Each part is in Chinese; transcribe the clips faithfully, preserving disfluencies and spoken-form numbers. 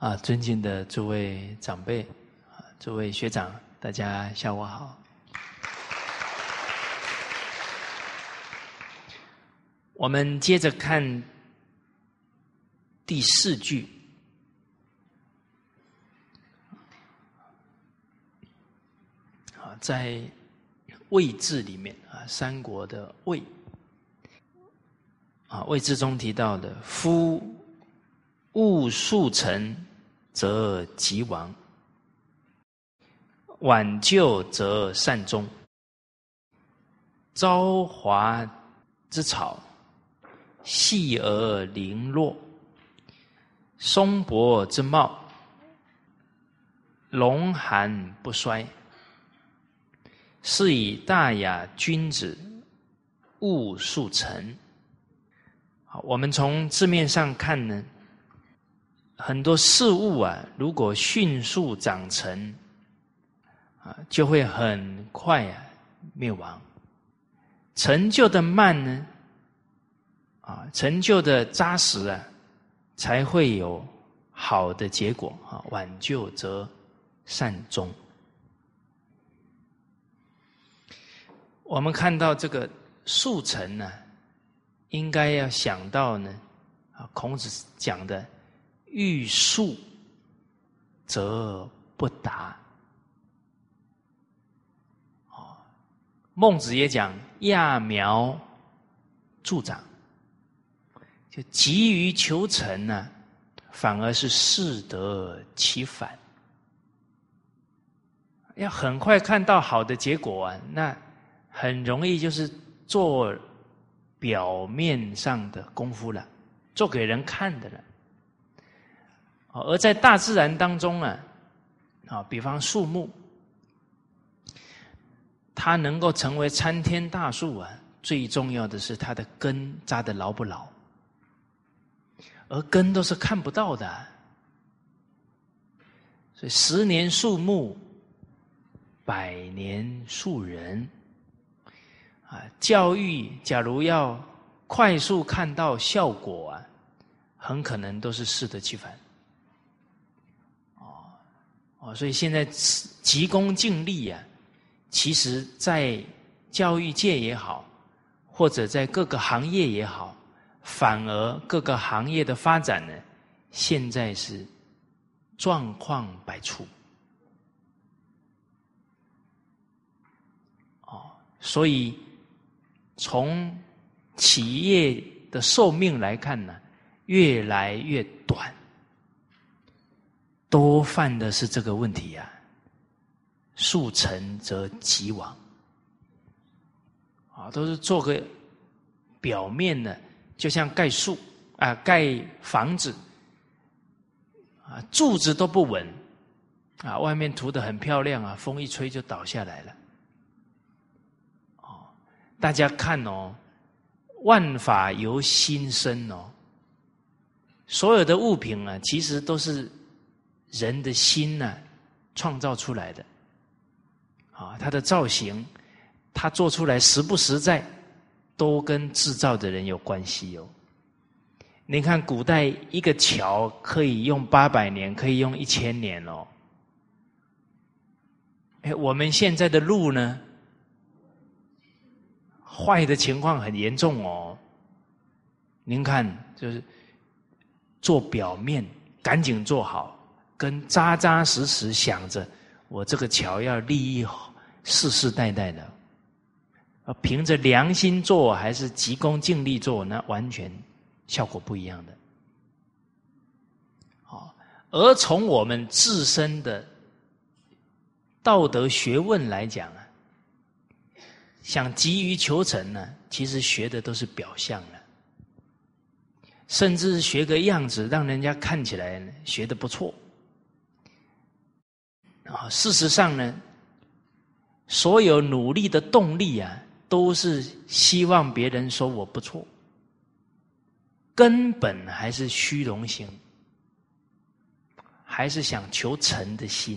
啊，尊敬的诸位长辈、啊，诸位学长，大家下午好。我们接着看第四句。啊，在魏志里面啊，三国的魏啊，魏志中提到的夫勿速成则急亡，挽救则善终。朝华之草，细而零落；松柏之茂，龙寒不衰。是以大雅君子勿速成。好，我们从字面上看呢，很多事物啊，如果迅速长成啊，就会很快啊灭亡。成就的慢呢，啊，成就的扎实啊，才会有好的结果啊。挽救则善终。我们看到这个速成呢，应该要想到呢，啊，孔子讲的欲速则不达。哦，孟子也讲揠苗助长，就急于求成呢，反而是适得其反。要很快看到好的结果啊，那很容易就是做表面上的功夫了，做给人看的了。而在大自然当中啊，啊，比方树木，它能够成为参天大树啊，最重要的是它的根扎得牢不牢，而根都是看不到的啊。所以十年树木，百年树人。啊，教育假如要快速看到效果啊，很可能都是适得其反。哦哦，所以现在急功近利啊，其实在教育界也好，或者在各个行业也好，反而各个行业的发展呢，现在是状况百出。哦，所以从企业的寿命来看呢，越来越短，多犯的是这个问题啊。速成则急亡，啊，都是做个表面的，就像盖树啊，盖房子啊，柱子都不稳啊，外面涂得很漂亮啊，风一吹就倒下来了。大家看哦，万法由心生哦。所有的物品啊，其实都是人的心呢、啊、创造出来的。啊，它的造型，它做出来实不实在，都跟制造的人有关系哦。你看古代一个桥可以用八百年，可以用一千年哦。哎，我们现在的路呢？坏的情况很严重哦。您看，就是做表面赶紧做好，跟扎扎实实想着我这个桥要利益世世代代的，凭着良心做还是急功近利做，那完全效果不一样的。好，而从我们自身的道德学问来讲啊，想急于求成呢，其实学的都是表象了，甚至学个样子，让人家看起来学得不错。啊，事实上呢，所有努力的动力啊，都是希望别人说我不错，根本还是虚荣心，还是想求成的心。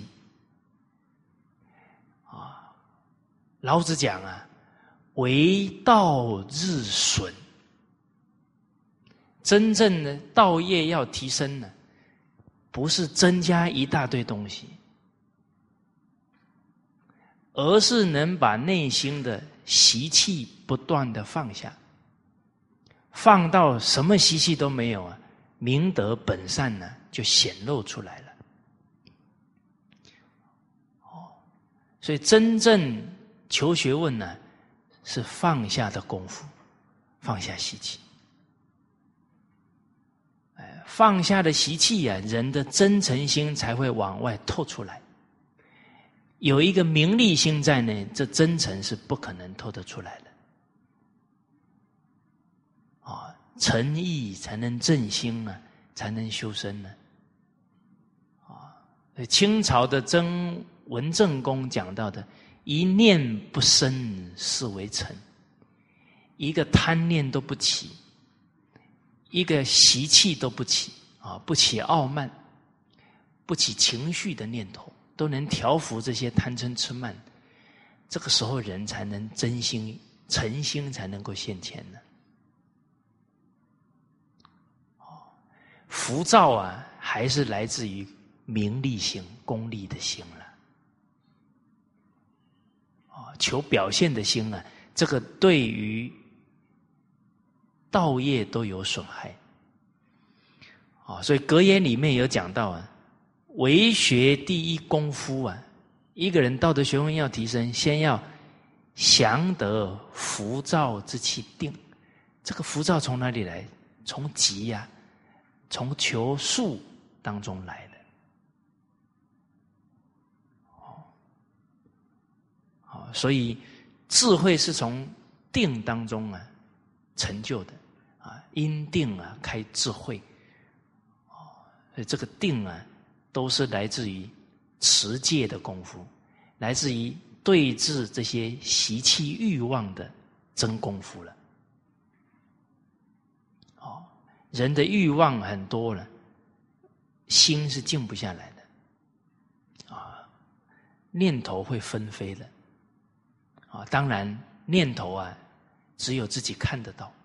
啊，老子讲啊，为道日损。真正的道业要提升呢， 不是增加一大堆东西，而是能把内心的习气不断的放下，放到什么习气都没有啊，明德本善呢就显露出来了。哦，所以真正求学问呢，是放下的功夫，放下习气。放下的习气啊，人的真诚心才会往外透出来。有一个名利心在呢，这真诚是不可能透得出来的。啊，诚意才能正心呢，才能修身呢。啊，清朝的曾文正公讲到的，一念不生，是为诚。一个贪念都不起，一个习气都不起啊，不起傲慢，不起情绪的念头，都能调伏这些贪嗔痴慢，这个时候人才能真心诚心才能够现前呢。哦，浮躁啊，还是来自于名利心、功利的心了。哦，求表现的心啊，这个对于道业都有损害。哦，所以格言里面有讲到啊，为学第一功夫啊，一个人道德学问要提升，先要降得浮躁之气定。这个浮躁从哪里来？从急呀、啊，从求速当中来的。哦，好，所以智慧是从定当中啊成就的啊，因定啊开智慧。所以这个定啊，都是来自于持戒的功夫，来自于对治这些习气欲望的真功夫了。哦，人的欲望很多了，心是静不下来的，啊，念头会纷飞的，啊，当然念头啊，只有自己看得到。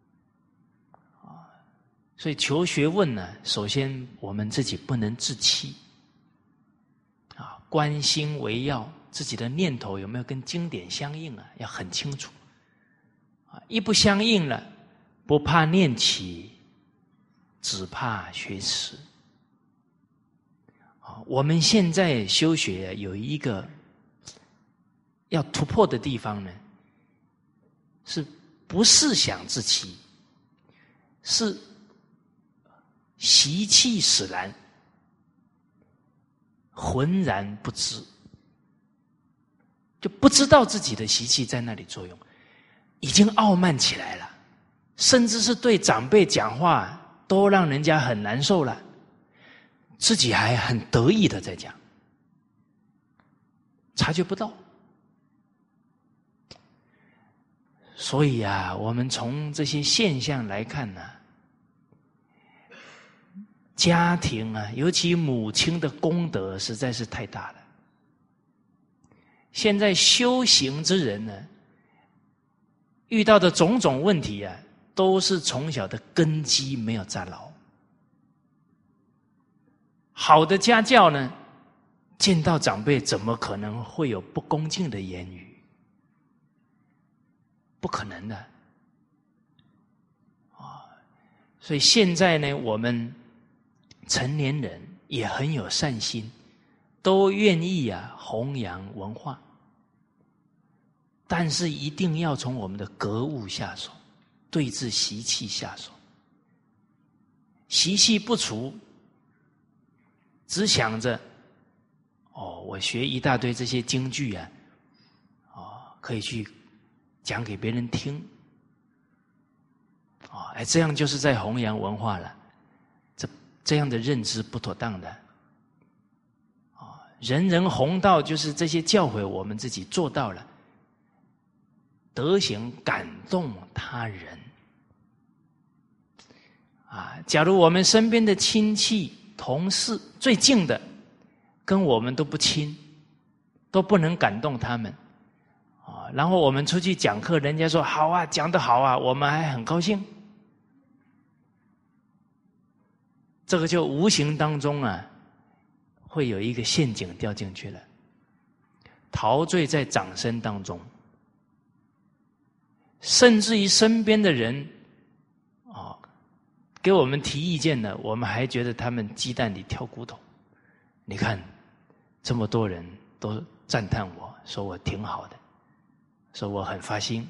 所以求学问呢，首先我们自己不能自欺啊，观心为要，自己的念头有没有跟经典相应啊，要很清楚啊，一不相应了，不怕念起，只怕学迟啊。我们现在修学有一个要突破的地方呢，是不是想自欺，是习气使然，浑然不知，就不知道自己的习气在那里作用，已经傲慢起来了，甚至是对长辈讲话都让人家很难受了，自己还很得意的在讲，察觉不到。所以啊，我们从这些现象来看呢、啊，家庭啊，尤其母亲的功德实在是太大了。现在修行之人呢，遇到的种种问题啊，都是从小的根基没有扎牢。好的家教呢，见到长辈怎么可能会有不恭敬的言语？不可能的啊！所以现在呢，我们成年人也很有善心，都愿意啊弘扬文化，但是一定要从我们的格物下手，对治习气下手。习气不除，只想着哦，我学一大堆这些京剧啊，哦，可以去讲给别人听，哦，哎，这样就是在弘扬文化了。这这样的认知不妥当的。哦，人人弘道就是这些教诲，我们自己做到了，德行感动他人。啊，假如我们身边的亲戚、同事最近的，跟我们都不亲，都不能感动他们，啊，然后我们出去讲课，人家说好啊，讲得好啊，我们还很高兴。 这个就无形当中啊，会有一个陷阱掉进去了，陶醉在掌声当中，甚至于身边的人啊、哦，给我们提意见呢，我们还觉得他们鸡蛋里挑骨头。你看，这么多人都赞叹我，说我挺好的，说我很发心。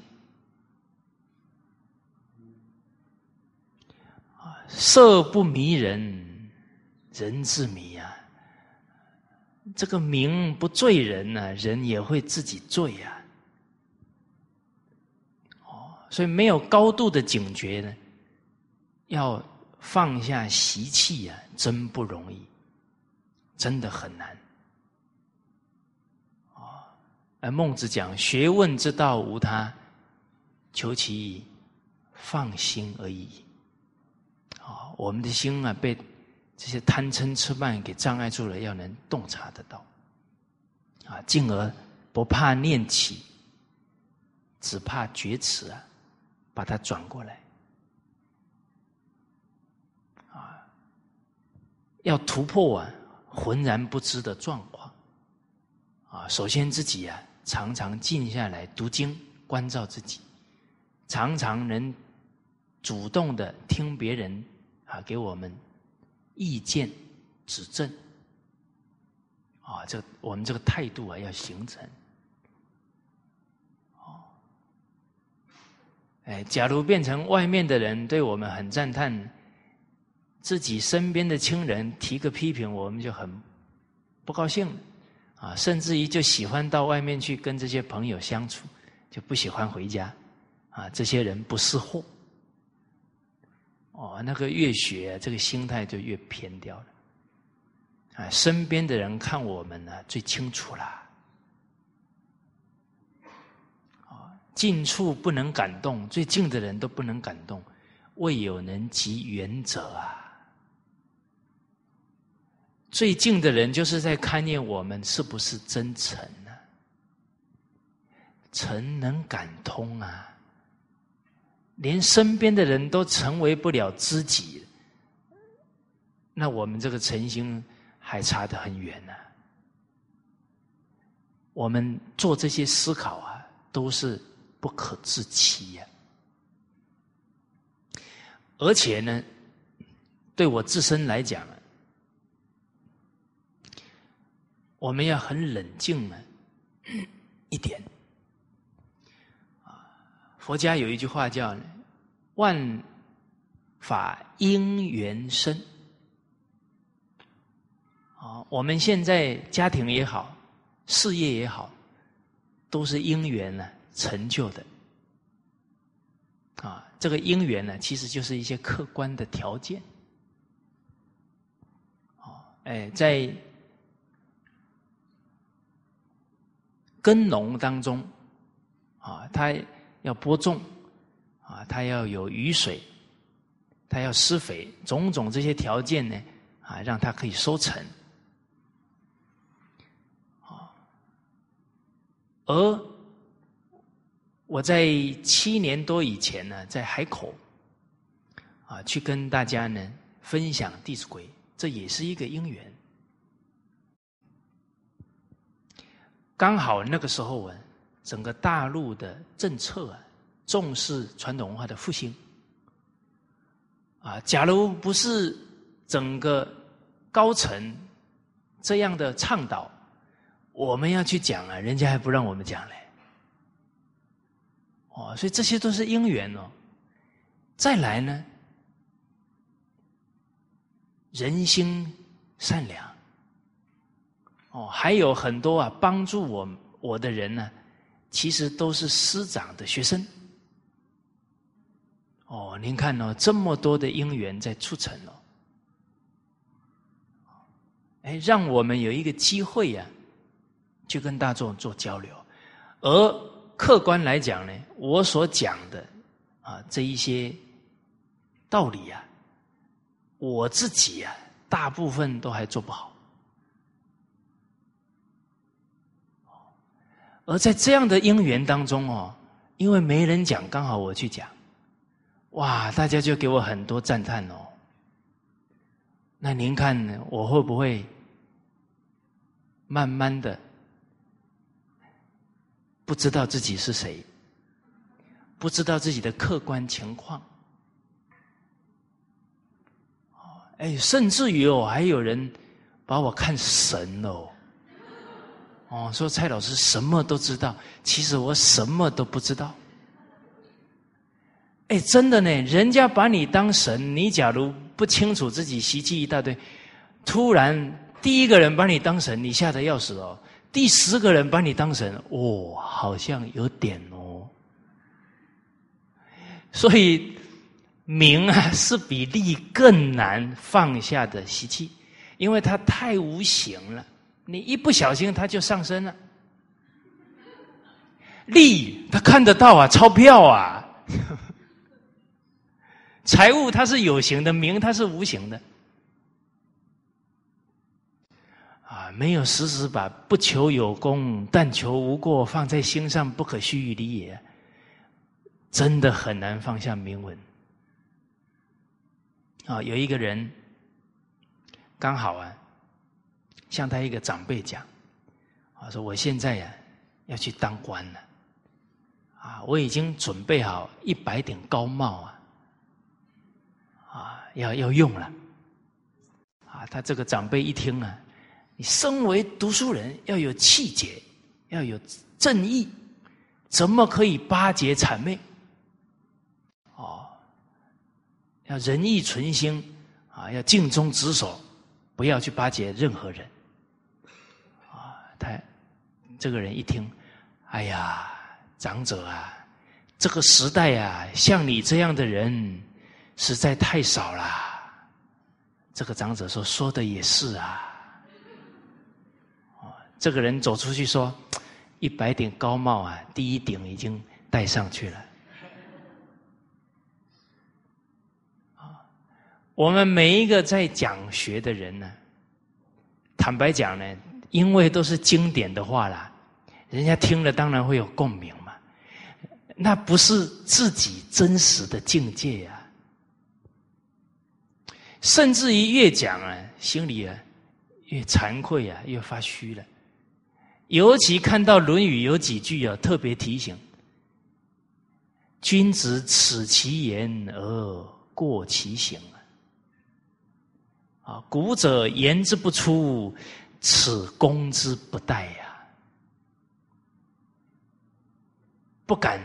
色不迷人，人自迷啊。这个名不醉人呢、啊，人也会自己醉啊。哦，所以没有高度的警觉呢，要放下习气啊，真不容易，真的很难。哦，而孟子讲，学问之道无他，求其放心而已。哦，我们的心啊，被这些贪嗔痴慢给障碍住了，要能洞察得到，啊，进而不怕念起，只怕觉迟啊，把它转过来，啊，要突破啊浑然不知的状况，啊，首先自己啊常常静下来读经，关照自己，常常能主动的听别人啊给我们意见指正，啊，这我们这个态度啊要形成。哦，哎，假如变成外面的人对我们很赞叹，自己身边的亲人提个批评，我们就很不高兴了，啊，甚至于就喜欢到外面去跟这些朋友相处，就不喜欢回家，啊，这些人不识货。哦，那个越学，这个心态就越偏掉了。啊，身边的人看我们呢、啊、最清楚啦。啊，近处不能感动，最近的人都不能感动，未有能及远者啊。最近的人就是在看见我们是不是真诚啊，诚能感通啊。连身边的人都成为不了知己，那我们这个诚心还差得很远呢、啊。我们做这些思考啊，都是不可自欺呀、啊。而且呢，对我自身来讲，我们要很冷静啊一点。佛家有一句话叫“万法因缘生”。啊，我们现在家庭也好，事业也好，都是因缘呢成就的。啊，这个因缘呢，其实就是一些客观的条件。哦，哎，在耕农当中，啊，他要播种，啊，它要有雨水，它要施肥，种种这些条件呢，啊，让它可以收成。啊，而我在七年多以前呢，在海口，啊，去跟大家呢分享《弟子规》，这也是一个因缘。刚好那个时候啊，整个大陆的政策啊，重视传统文化的复兴啊。假如不是整个高层这样的倡导，我们要去讲啊，人家还不让我们讲嘞。哦，所以这些都是因缘哦。再来呢，人心善良哦，还有很多啊帮助我我的人呢、啊。其实都是师长的学生。哦，您看哦，这么多的因缘在促成哦，哎，让我们有一个机会呀、啊，去跟大众做交流。而客观来讲呢，我所讲的啊这一些道理啊，我自己啊大部分都还做不好。而在这样的因缘当中哦，因为没人讲，刚好我去讲，哇，大家就给我很多赞叹哦。 那您看我会不会慢慢的不知道自己是谁，不知道自己的客观情况？哎，甚至于哦，还有人把我看神哦，哦，说蔡老师什么都知道，其实我什么都不知道。哎，真的呢，人家把你当神，你假如不清楚自己习气一大堆，突然第一个人把你当神，你吓得要死哦。第十个人把你当神，哦，好像有点哦。所以名啊，是比利更难放下的习气，因为它太无形了，你一不小心它就上升了。利它看得到啊，钞票啊。财物它是有形的，名它是无形的。啊，没有时时把不求有功，但求无过放在心上，不可须臾离也。真的很难放下名闻。啊，有一个人刚好啊，向他一个长辈讲，啊，说我现在呀、啊、要去当官了，啊，我已经准备好一百顶高帽啊，啊，要要用了。啊，他这个长辈一听啊，你身为读书人，要有气节，要有正义，怎么可以巴结谄媚？哦，要仁义存心啊，要尽忠职守，不要去巴结任何人。啊，他这个人一听，哎呀，长者啊，这个时代啊，像你这样的人实在太少了。这个长者说：“说的也是啊。”这个人走出去说：“一百顶高帽啊，第一顶已经戴上去了。”啊，我们每一个在讲学的人呢，坦白讲呢，因为都是经典的话啦，人家听了当然会有共鸣嘛。那不是自己真实的境界啊。甚至于越讲啊，心里啊越惭愧啊，越发虚了。尤其看到《论语》有几句啊，特别提醒：君子耻其言而过其行啊！古者言之不出，此攻之不殆呀！不敢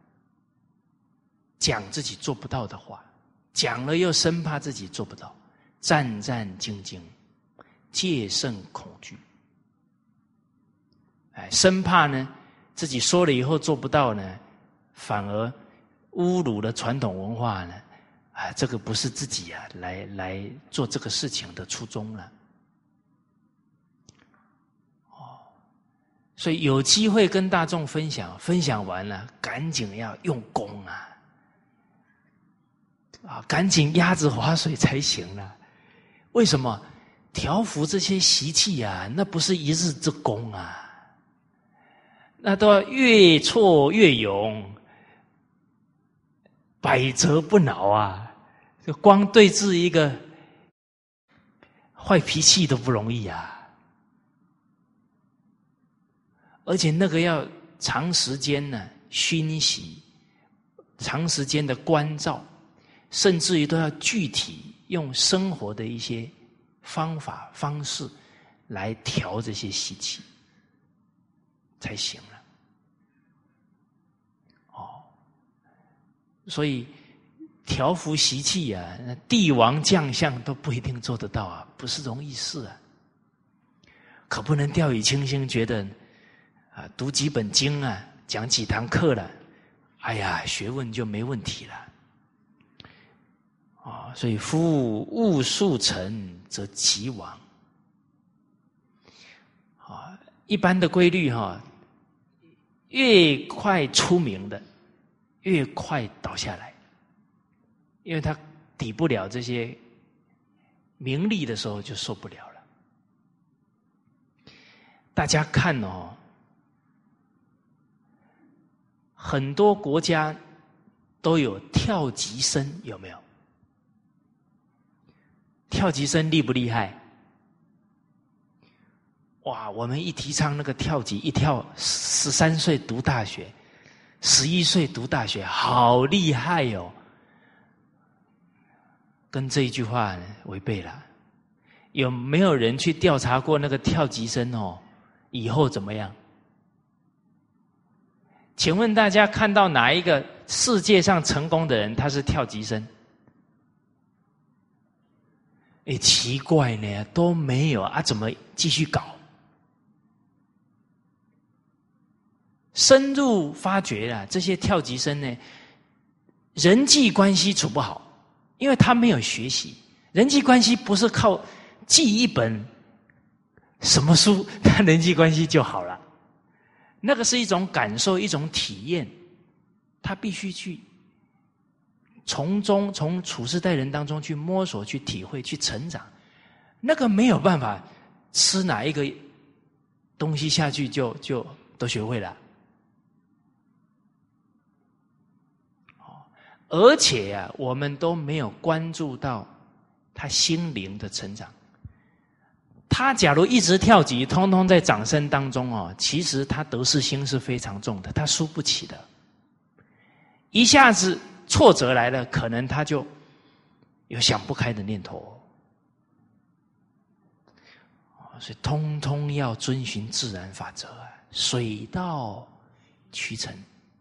讲自己做不到的话，讲了又生怕自己做不到，战战兢兢，戒慎恐惧。哎，生怕呢自己说了以后做不到呢，反而侮辱了传统文化呢，啊，这个不是自己啊来来做这个事情的初衷了。哦，所以有机会跟大众分享，分享完了赶紧要用功啊，啊，赶紧鸭子划水才行了。为什么？调伏这些习气啊，那不是一日之功啊。那都要越挫越勇，百折不挠啊！就光对治一个坏脾气都不容易啊，而且那个要长时间呢熏习，长时间的关照，甚至于都要具体用生活的一些方法方式来调这些习气才行了。哦，所以调伏习气啊，帝王将相都不一定做得到啊，不是容易事啊。可不能掉以轻心，觉得啊读几本经啊，讲几堂课了，哎呀，学问就没问题了。啊，所以夫物速成则其亡。啊，一般的规律哈，越快出名的，越快倒下来，因为他抵不了这些名利的时候就受不了了。大家看哦，很多国家都有跳级生，有没有？ 跳级生厉不厉害？哇，我们一提倡那个跳级，一跳十三岁读大学，十一岁读大学，好厉害哦！跟这一句话违背了。有没有人去调查过那个跳级生哦？以后怎么样？请问大家看到哪一个世界上成功的人他是跳级生？哎，奇怪呢，都没有啊，怎么继续搞？深入发掘啊，这些跳级生呢，人际关系处不好，因为他没有学习。人际关系不是靠记一本什么书，他人际关系就好了。那个是一种感受，一种体验，他必须去从中从处事待人当中去摸索、去体会、去成长。那个没有办法吃哪一个东西下去就就都学会了。而且啊，我们都没有关注到他心灵的成长。他假如一直跳级，通通在掌声当中哦，其实他得失心是非常重的，他输不起的。一下子挫折来了，可能他就有想不开的念头。所以通通要遵循自然法则啊，水到渠成。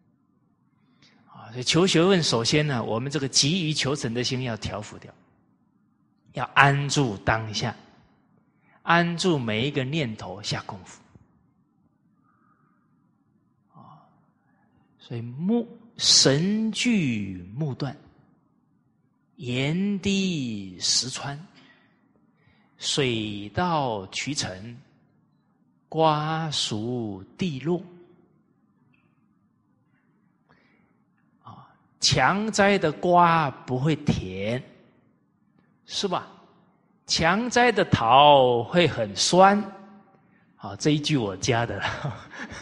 所以求学问，首先呢，我们这个急于求成的心要调伏掉，要安住当下，安住每一个念头下功夫。啊，所以目神聚目断，言滴石穿，水到渠成，瓜熟蒂落。强摘的瓜不会甜，是吧？强摘的桃会很酸。好，这一句我加的了。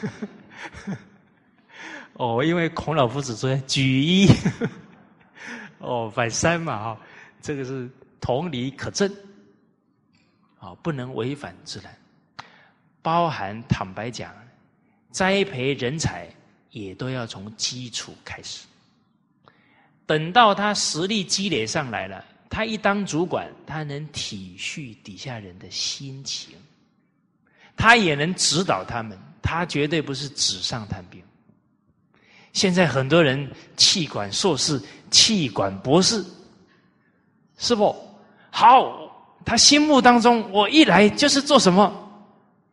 哦，因为孔老夫子说举一，哦，反三嘛，哈，这个是同理可证，啊，不能违反自然。包含坦白讲，栽培人才也都要从基础开始。等到他实力积累上来了，他一当主管，他能体恤底下人的心情，他也能指导他们，他绝对不是纸上谈兵。现在很多人气管硕士、气管博士，是不好？他心目当中，我一来就是做什么，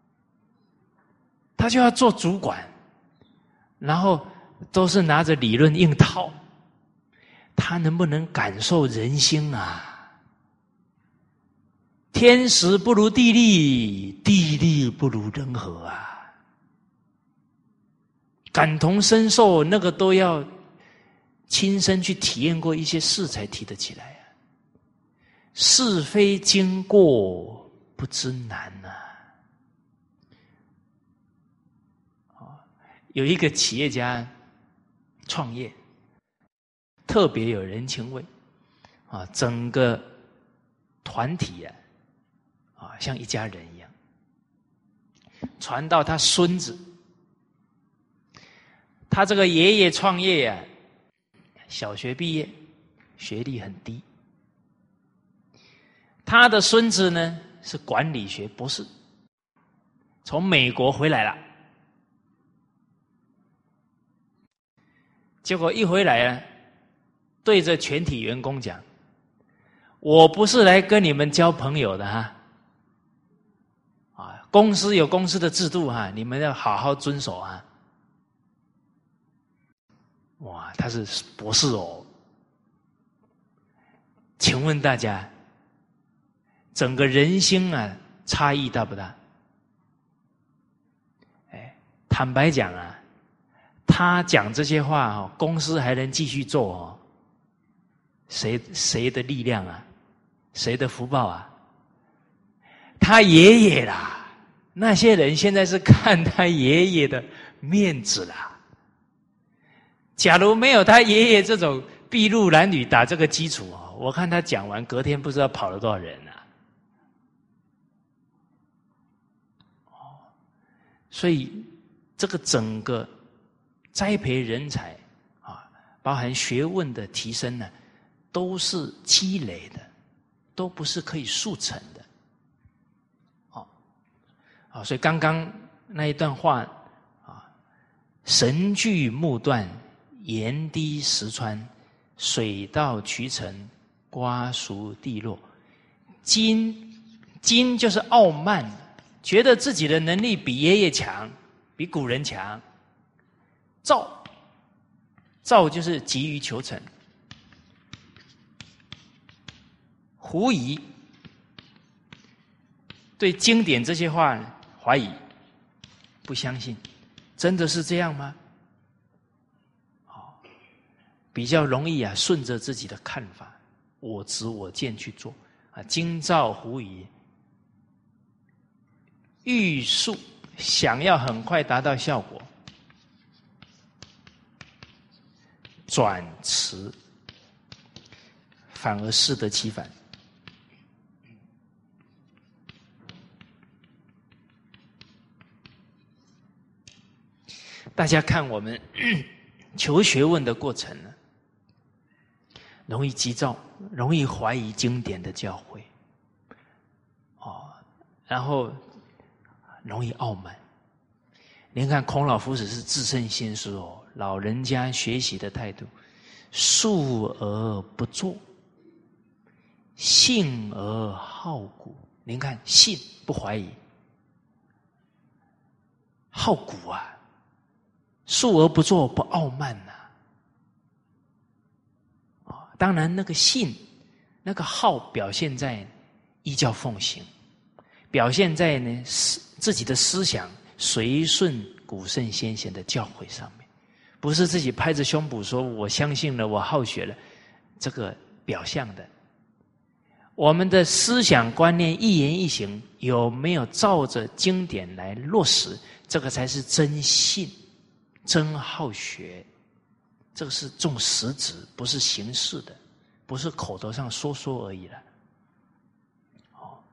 他就要做主管，然后都是拿着理论硬套。他能不能感受人心啊？天时不如地利，地利不如人和啊！感同身受，那个都要亲身去体验过一些事才提得起来啊。是非经过不知难啊！有一个企业家创业，特别有人情味啊，整个团体啊，啊像一家人一样，传到他孙子。他这个爷爷创业啊，小学毕业，学历很低。他的孙子呢是管理学博士，从美国回来了。结果一回来啊，对着全体员工讲：“我不是来跟你们交朋友的哈，啊，公司有公司的制度哈，你们要好好遵守啊。”哇，他是博士哦。请问大家，整个人心啊，差异大不大？哎，坦白讲啊，他讲这些话哦，公司还能继续做哦。谁谁的力量啊？谁的福报啊？他爷爷啦，那些人现在是看他爷爷的面子啦。假如没有他爷爷这种筚路蓝缕打这个基础哦，我看他讲完，隔天不知道跑了多少人啊。哦，所以这个整个栽培人才啊，包含学问的提升呢，都是积累的，都不是可以速成的。哦，啊，所以刚刚那一段话啊，神聚木断，岩滴石穿，水到渠成，瓜熟蒂落。今今就是傲慢，觉得自己的能力比爷爷强，比古人强。躁，躁就是急于求成。狐疑，对经典这些话怀疑，不相信，真的是这样吗？比较容易啊，顺着自己的看法，我执我见去做啊，惊躁狐疑，欲速，想要很快达到效果，转迟，反而适得其反。大家看我们求学问的过程呢，容易急躁，容易怀疑经典的教诲，哦，然后容易傲慢。您看孔老夫子是至圣先师哦，老人家学习的态度，述而不作，信而好古。您看，信不怀疑，好古啊，述而不作不傲慢呐、啊。当然，那个信、那个好表现在依教奉行，表现在呢自己的思想随顺古圣先贤的教诲上面，不是自己拍着胸脯说我相信了，我好学了，这个表象的。我们的思想观念一言一行有没有照着经典来落实，这个才是真信，真好学。这个是重实质，不是形式的，不是口头上说说而已了。好，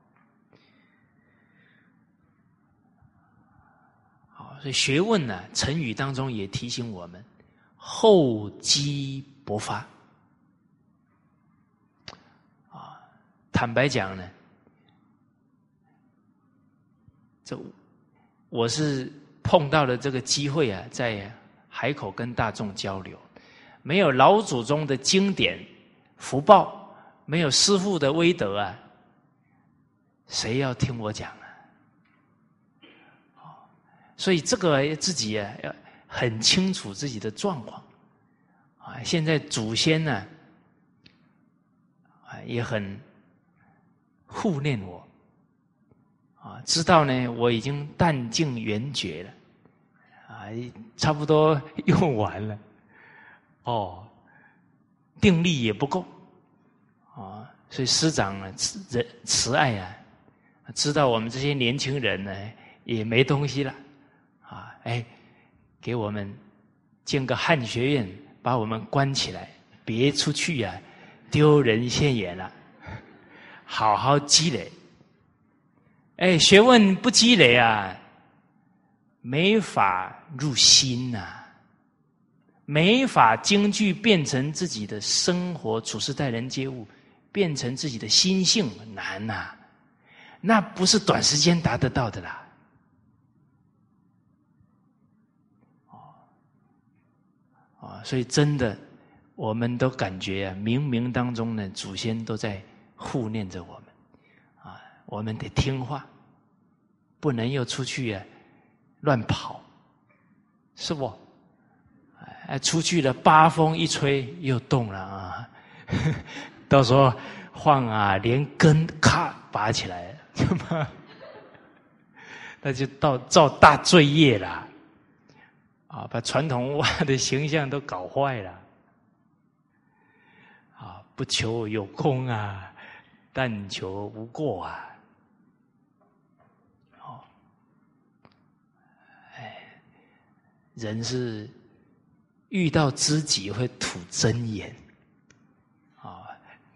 好，所以学问呢、啊，成语当中也提醒我们厚积薄发。啊，坦白讲呢，这我是碰到了这个机会啊，在海口跟大众交流。没有老祖宗的经典福报，没有师父的威德啊，谁要听我讲啊？所以这个自己啊要很清楚自己的状况啊。现在祖先呢啊也很护念我啊，知道呢我已经弹尽援绝了啊，差不多用完了。哦，定力也不够啊，所以师长呢慈慈爱啊，知道我们这些年轻人呢也没东西了啊，哎，给我们建个汉学院，把我们关起来，别出去啊，丢人现眼了，好好积累。哎，学问不积累啊，没法入心呐、啊。没法京剧变成自己的生活处事待人接物，变成自己的心性，难呐、啊，那不是短时间达得到的啦。哦，啊，所以真的，我们都感觉啊，冥冥当中呢，祖先都在护念着我们，啊，我们得听话，不能又出去啊乱跑，是不？哎，出去了，八风一吹又动了啊！到时候晃啊，连根咔拔起来了，那就到造大罪业了啊！把传统文化的形象都搞坏了啊！不求有功啊，但求无过啊！哦，哎，人是。遇到知己会吐真言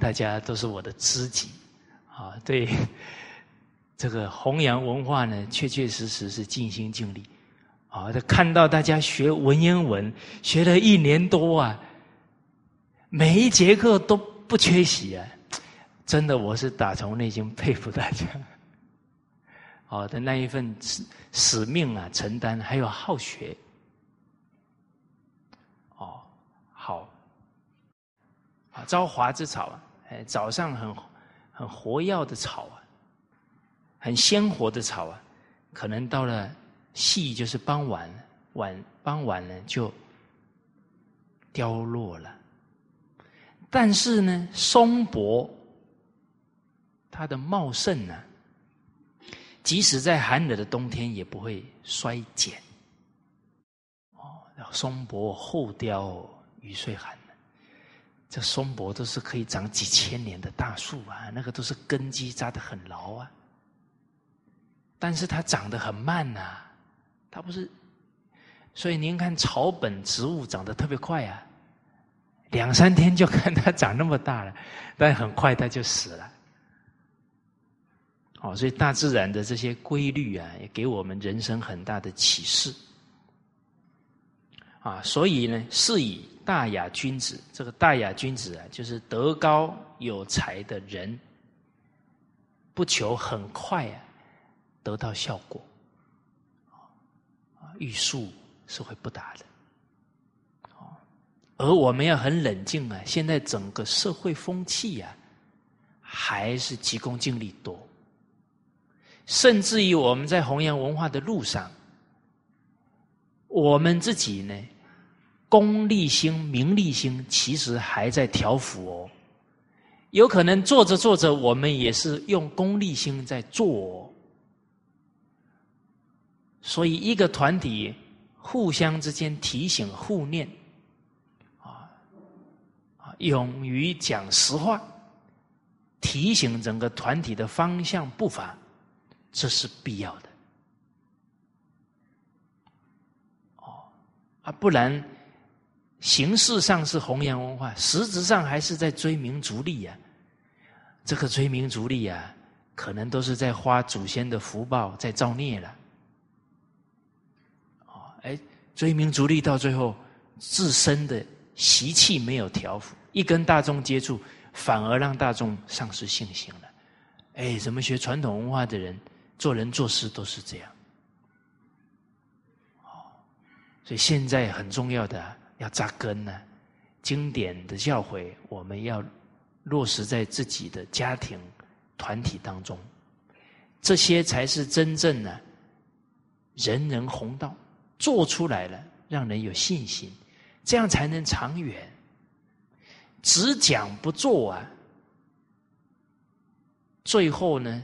大家都是我的知己啊，对这个弘扬文化呢，确确实实是尽心尽力啊。看到大家学文言文学了一年多啊，每一节课都不缺席啊，真的我是打从内心佩服大家。好的那一份使使命啊，承担还有好学。哦，好啊，朝华之草啊，哎，早上很很活跃的草啊，很鲜活的草啊，可能到了夕就是傍晚晚傍晚呢就凋落了。但是呢，松柏它的茂盛呢、啊，即使在寒冷的冬天也不会衰减。哦，松柏厚凋，雨岁寒。这松柏都是可以长几千年的大树啊，那个都是根基扎得很牢啊。但是它长得很慢啊，它不是，所以您看草本植物长得特别快啊，两三天就看它长那么大了，但很快它就死了。哦，所以大自然的这些规律啊，也给我们人生很大的启示。啊，所以呢，是以大雅君子，这个大雅君子啊，就是德高有才的人，不求很快啊得到效果，啊，欲速是会不达的。而我们要很冷静啊，现在整个社会风气啊，还是急功近利多，甚至于我们在弘扬文化的路上，我们自己呢，功利心、名利心其实还在调伏哦。有可能做着做着，我们也是用功利心在做哦。所以，一个团体互相之间提醒、互念，啊啊，勇于讲实话，提醒整个团体的方向步伐，这是必要的。哦，啊，不然形式上是弘扬文化，实质上还是在追名逐利啊。这个追名逐利啊，可能都是在花祖先的福报，在造孽了。哎，追名逐利到最后，自身的习气没有调伏，一跟大众接触，反而让大众丧失信心了。哎，怎么学传统文化的人做人做事都是这样？哦，所以现在很重要的、啊、要扎根呢、啊，经典的教诲我们要落实在自己的家庭、团体当中，这些才是真正的、啊、人人弘道。做出来了，让人有信心，这样才能长远。只讲不做啊，最后呢，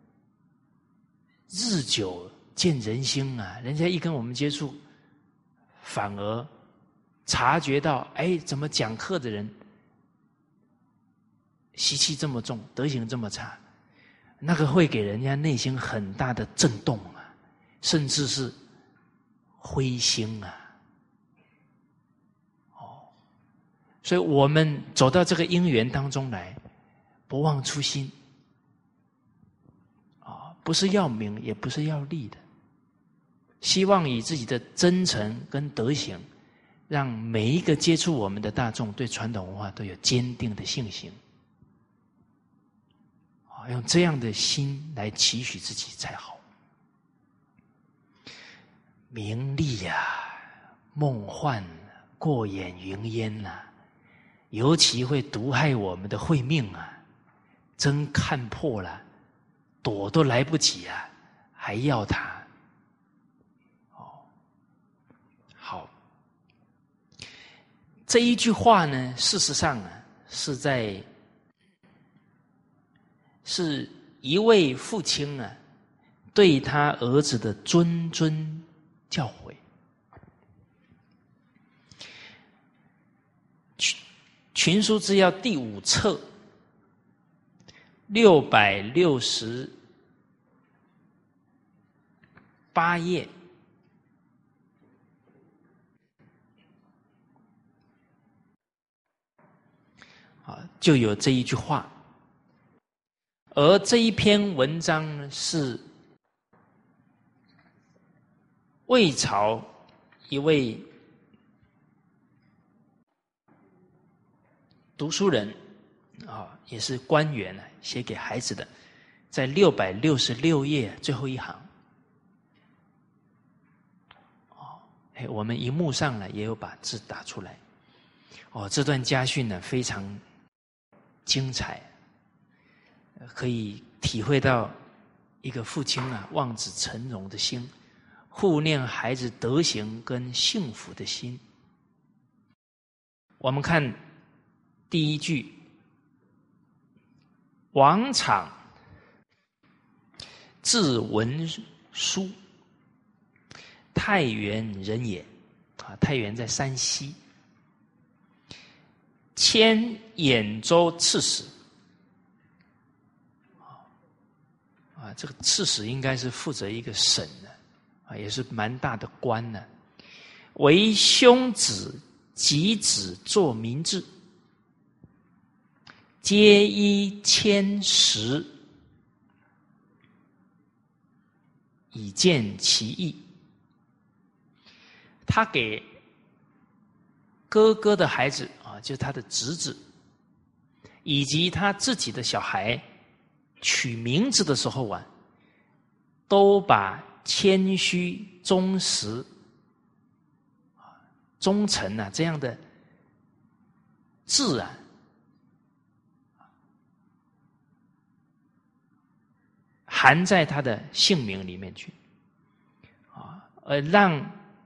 日久见人心啊，人家一跟我们接触，反而察觉到，哎，怎么讲课的人习气这么重，德行这么差，那个会给人家内心很大的震动啊，甚至是灰心啊。哦，所以我们走到这个因缘当中来，不忘初心啊，不是要名，也不是要利的，希望以自己的真诚跟德行，让每一个接触我们的大众对传统文化都有坚定的信心。啊，用这样的心来期许自己才好。名利呀、啊，梦幻过眼云烟呐、啊，尤其会毒害我们的慧命啊！真看破了，躲都来不及啊，还要它。哦，好，这一句话呢，事实上啊，是在是一位父亲啊，对他儿子的谆谆教诲。群书治要第五册六百六十八页， 啊，就有这一句话。而这一篇文章呢，是魏朝一位读书人啊，也是官员啊，写给孩子的，在六百六十六页最后一行。哦，哎，我们荧幕上呢也有把字打出来。哦，这段家训呢非常精彩，可以体会到一个父亲啊望子成龙的心，护念孩子德行跟幸福的心。我们看第一句，王昶字文书，太原人也。啊，太原在山西。迁兖州刺史。啊，这个刺史应该是负责一个省的，啊，也是蛮大的官呢。为兄子及子作明制，皆依迁实，以见其意。他给哥哥的孩子啊，就是他的侄子，以及他自己的小孩取名字的时候啊，都把谦虚、忠实、忠诚啊这样的字啊，含在他的姓名里面去，啊，而让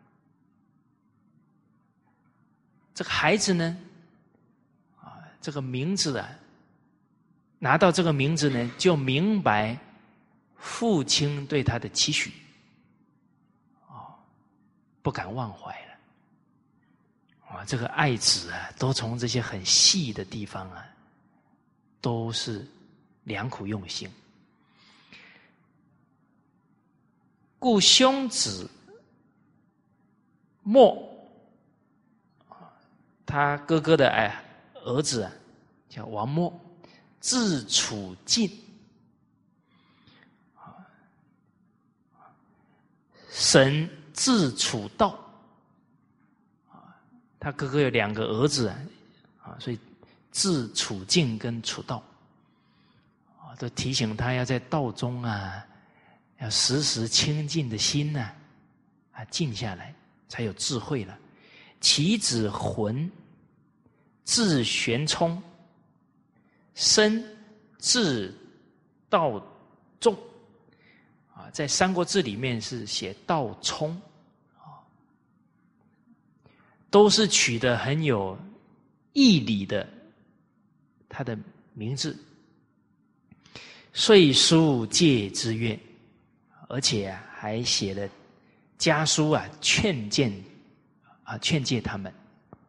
这个孩子呢，啊，这个名字啊，拿到这个名字呢，就明白父亲对他的期许，哦，不敢忘怀了。啊，这个爱子啊，都从这些很细的地方啊，都是良苦用心。故兄子莫，他哥哥的哎儿子啊，叫王默，字楚进，神字楚道。他哥哥有两个儿子啊，啊，所以字楚进跟楚道，啊，都提醒他要在道中啊，要时时清净的心呢、啊，啊，静下来才有智慧了。其子浑，字玄冲，生字道仲，啊，在《三国志》里面是写道冲。都是取得很有义理的他的名字，遂书戒之曰，而且啊还写了家书啊劝谏啊劝诫他们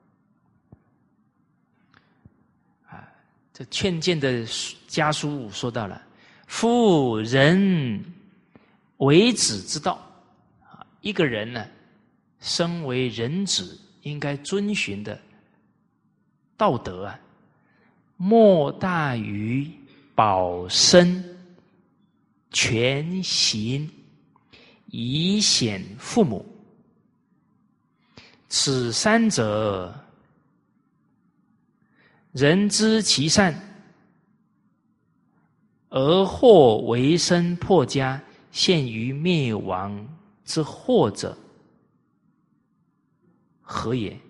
啊，这劝谏的家书说到了，夫人为子之道啊，一个人呢身为人子应该遵循的道德啊，莫大于保身、全行、以显父母。此三者，人知其善，而或为生破家，陷于灭亡之祸者，何也？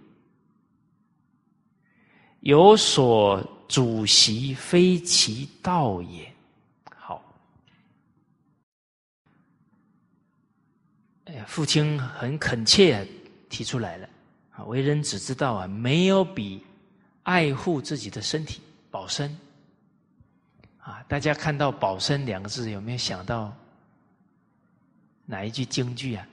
有所主席，非其道也。好，哎呀，父亲很恳切啊提出来了啊，为人子之道啊，没有比爱护自己的身体保身啊。大家看到保身两个字，有没有想到哪一句京剧啊？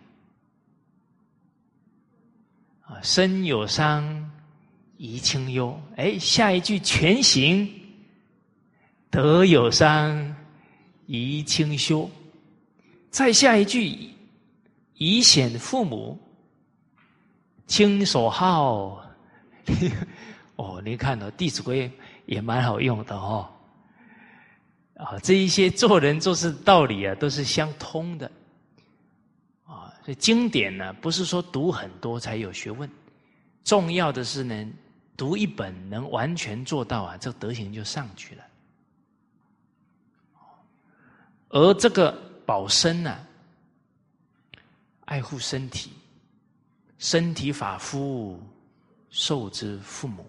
啊，身有伤，贻亲忧。哎，下一句全行，德有伤，贻亲羞。再下一句，以显父母，亲所好。哦，你看到、哦《弟子规》 也蛮好用的哦。啊，这一些做人做事道理啊，都是相通的。啊，所以经典呢，不是说读很多才有学问，重要的是呢，读一本能完全做到啊，这德行就上去了。而这个保身呢、啊，爱护身体，身体发肤，受之父母。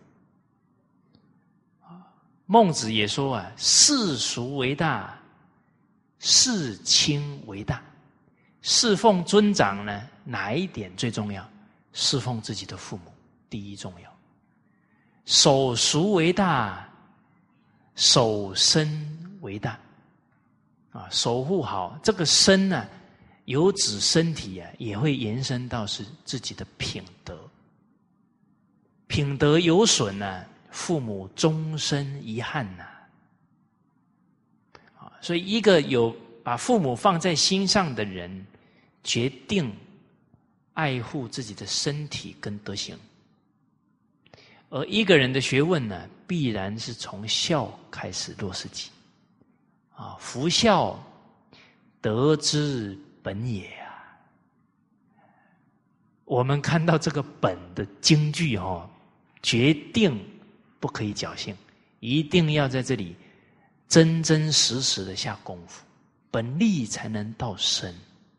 孟子也说啊，事孰为大，事亲为大。侍奉尊长呢，哪一点最重要？侍奉自己的父母第一重要。守孰为大，守身为大。啊，守护好这个身呢、啊，有指身体啊，也会延伸到是自己的品德。品德有损呢、啊，父母终身遗憾呐。啊，所以一个有把父母放在心上的人，决定爱护自己的身体跟德行。而一个人的学问呢，必然是从孝开始落实起。啊，夫孝，德之本也啊！我们看到这个本的金句哦，决定不可以侥幸，一定要在这里真真实实的下功夫，本立才能到身。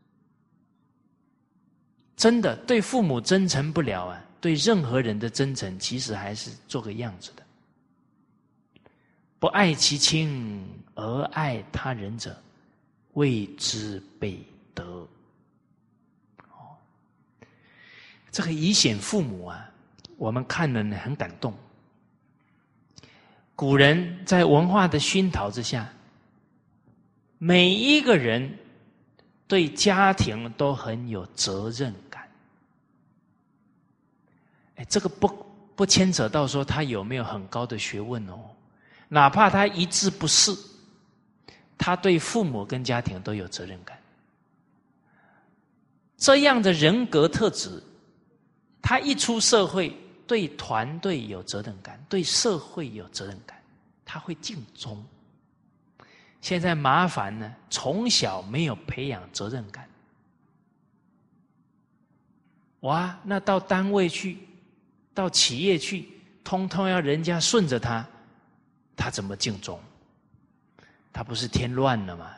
真的对父母真诚不了啊，对任何人的真诚，其实还是做个样子的。不爱其亲而爱他人者，谓之悖德。哦，这个以显父母啊，我们看了呢很感动。古人在文化的熏陶之下，每一个人对家庭都很有责任感。哎，这个不不牵扯到说他有没有很高的学问哦。哪怕他一字不识，他对父母跟家庭都有责任感。这样的人格特质，他一出社会，对团队有责任感，对社会有责任感，他会尽忠。现在麻烦呢，从小没有培养责任感，哇，那到单位去，到企业去，通通要人家顺着他。他怎么尽忠？他不是添乱了吗？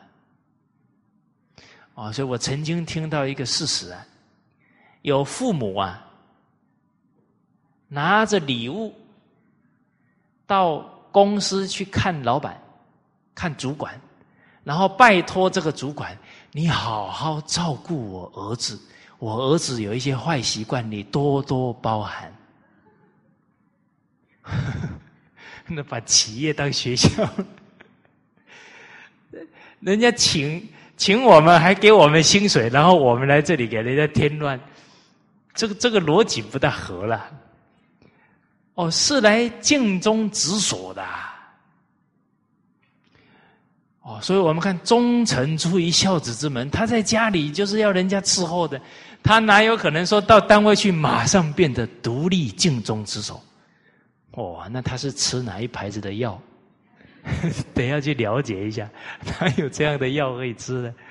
哦，所以我曾经听到一个事实啊，有父母啊，拿着礼物到公司去看老板、看主管，然后拜托这个主管，你好好照顾我儿子，我儿子有一些坏习惯，你多多包涵。那把企业当学校，人家请请我们，还给我们薪水，然后我们来这里给人家添乱，这个这个逻辑不大合了。哦，是来尽忠职守的、啊。哦，所以我们看忠臣出于孝子之门，他在家里就是要人家伺候的，他哪有可能说到单位去马上变得独立尽忠职守？哦，那他是吃哪一牌子的药？等一下去了解一下，他有这样的药可以吃的。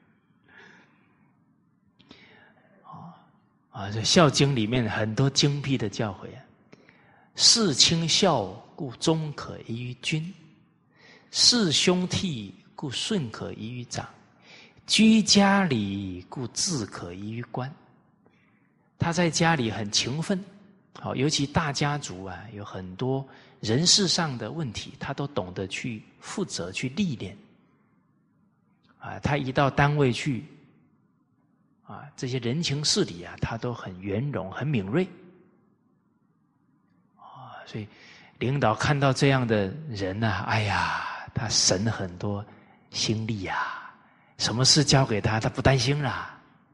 啊，这《孝经》里面很多精辟的教诲啊。事亲孝，故忠可移于君；事兄悌，故顺可移于长；居家里，故智可移于官。他在家里很勤奋。好，尤其大家族啊，有很多人事上的问题，他都懂得去负责、去历练。啊，他一到单位去，啊，这些人情事理啊，他都很圆融、很敏锐。啊，所以领导看到这样的人呢、啊，哎呀，他省很多心力啊，什么事交给他，他不担心啦。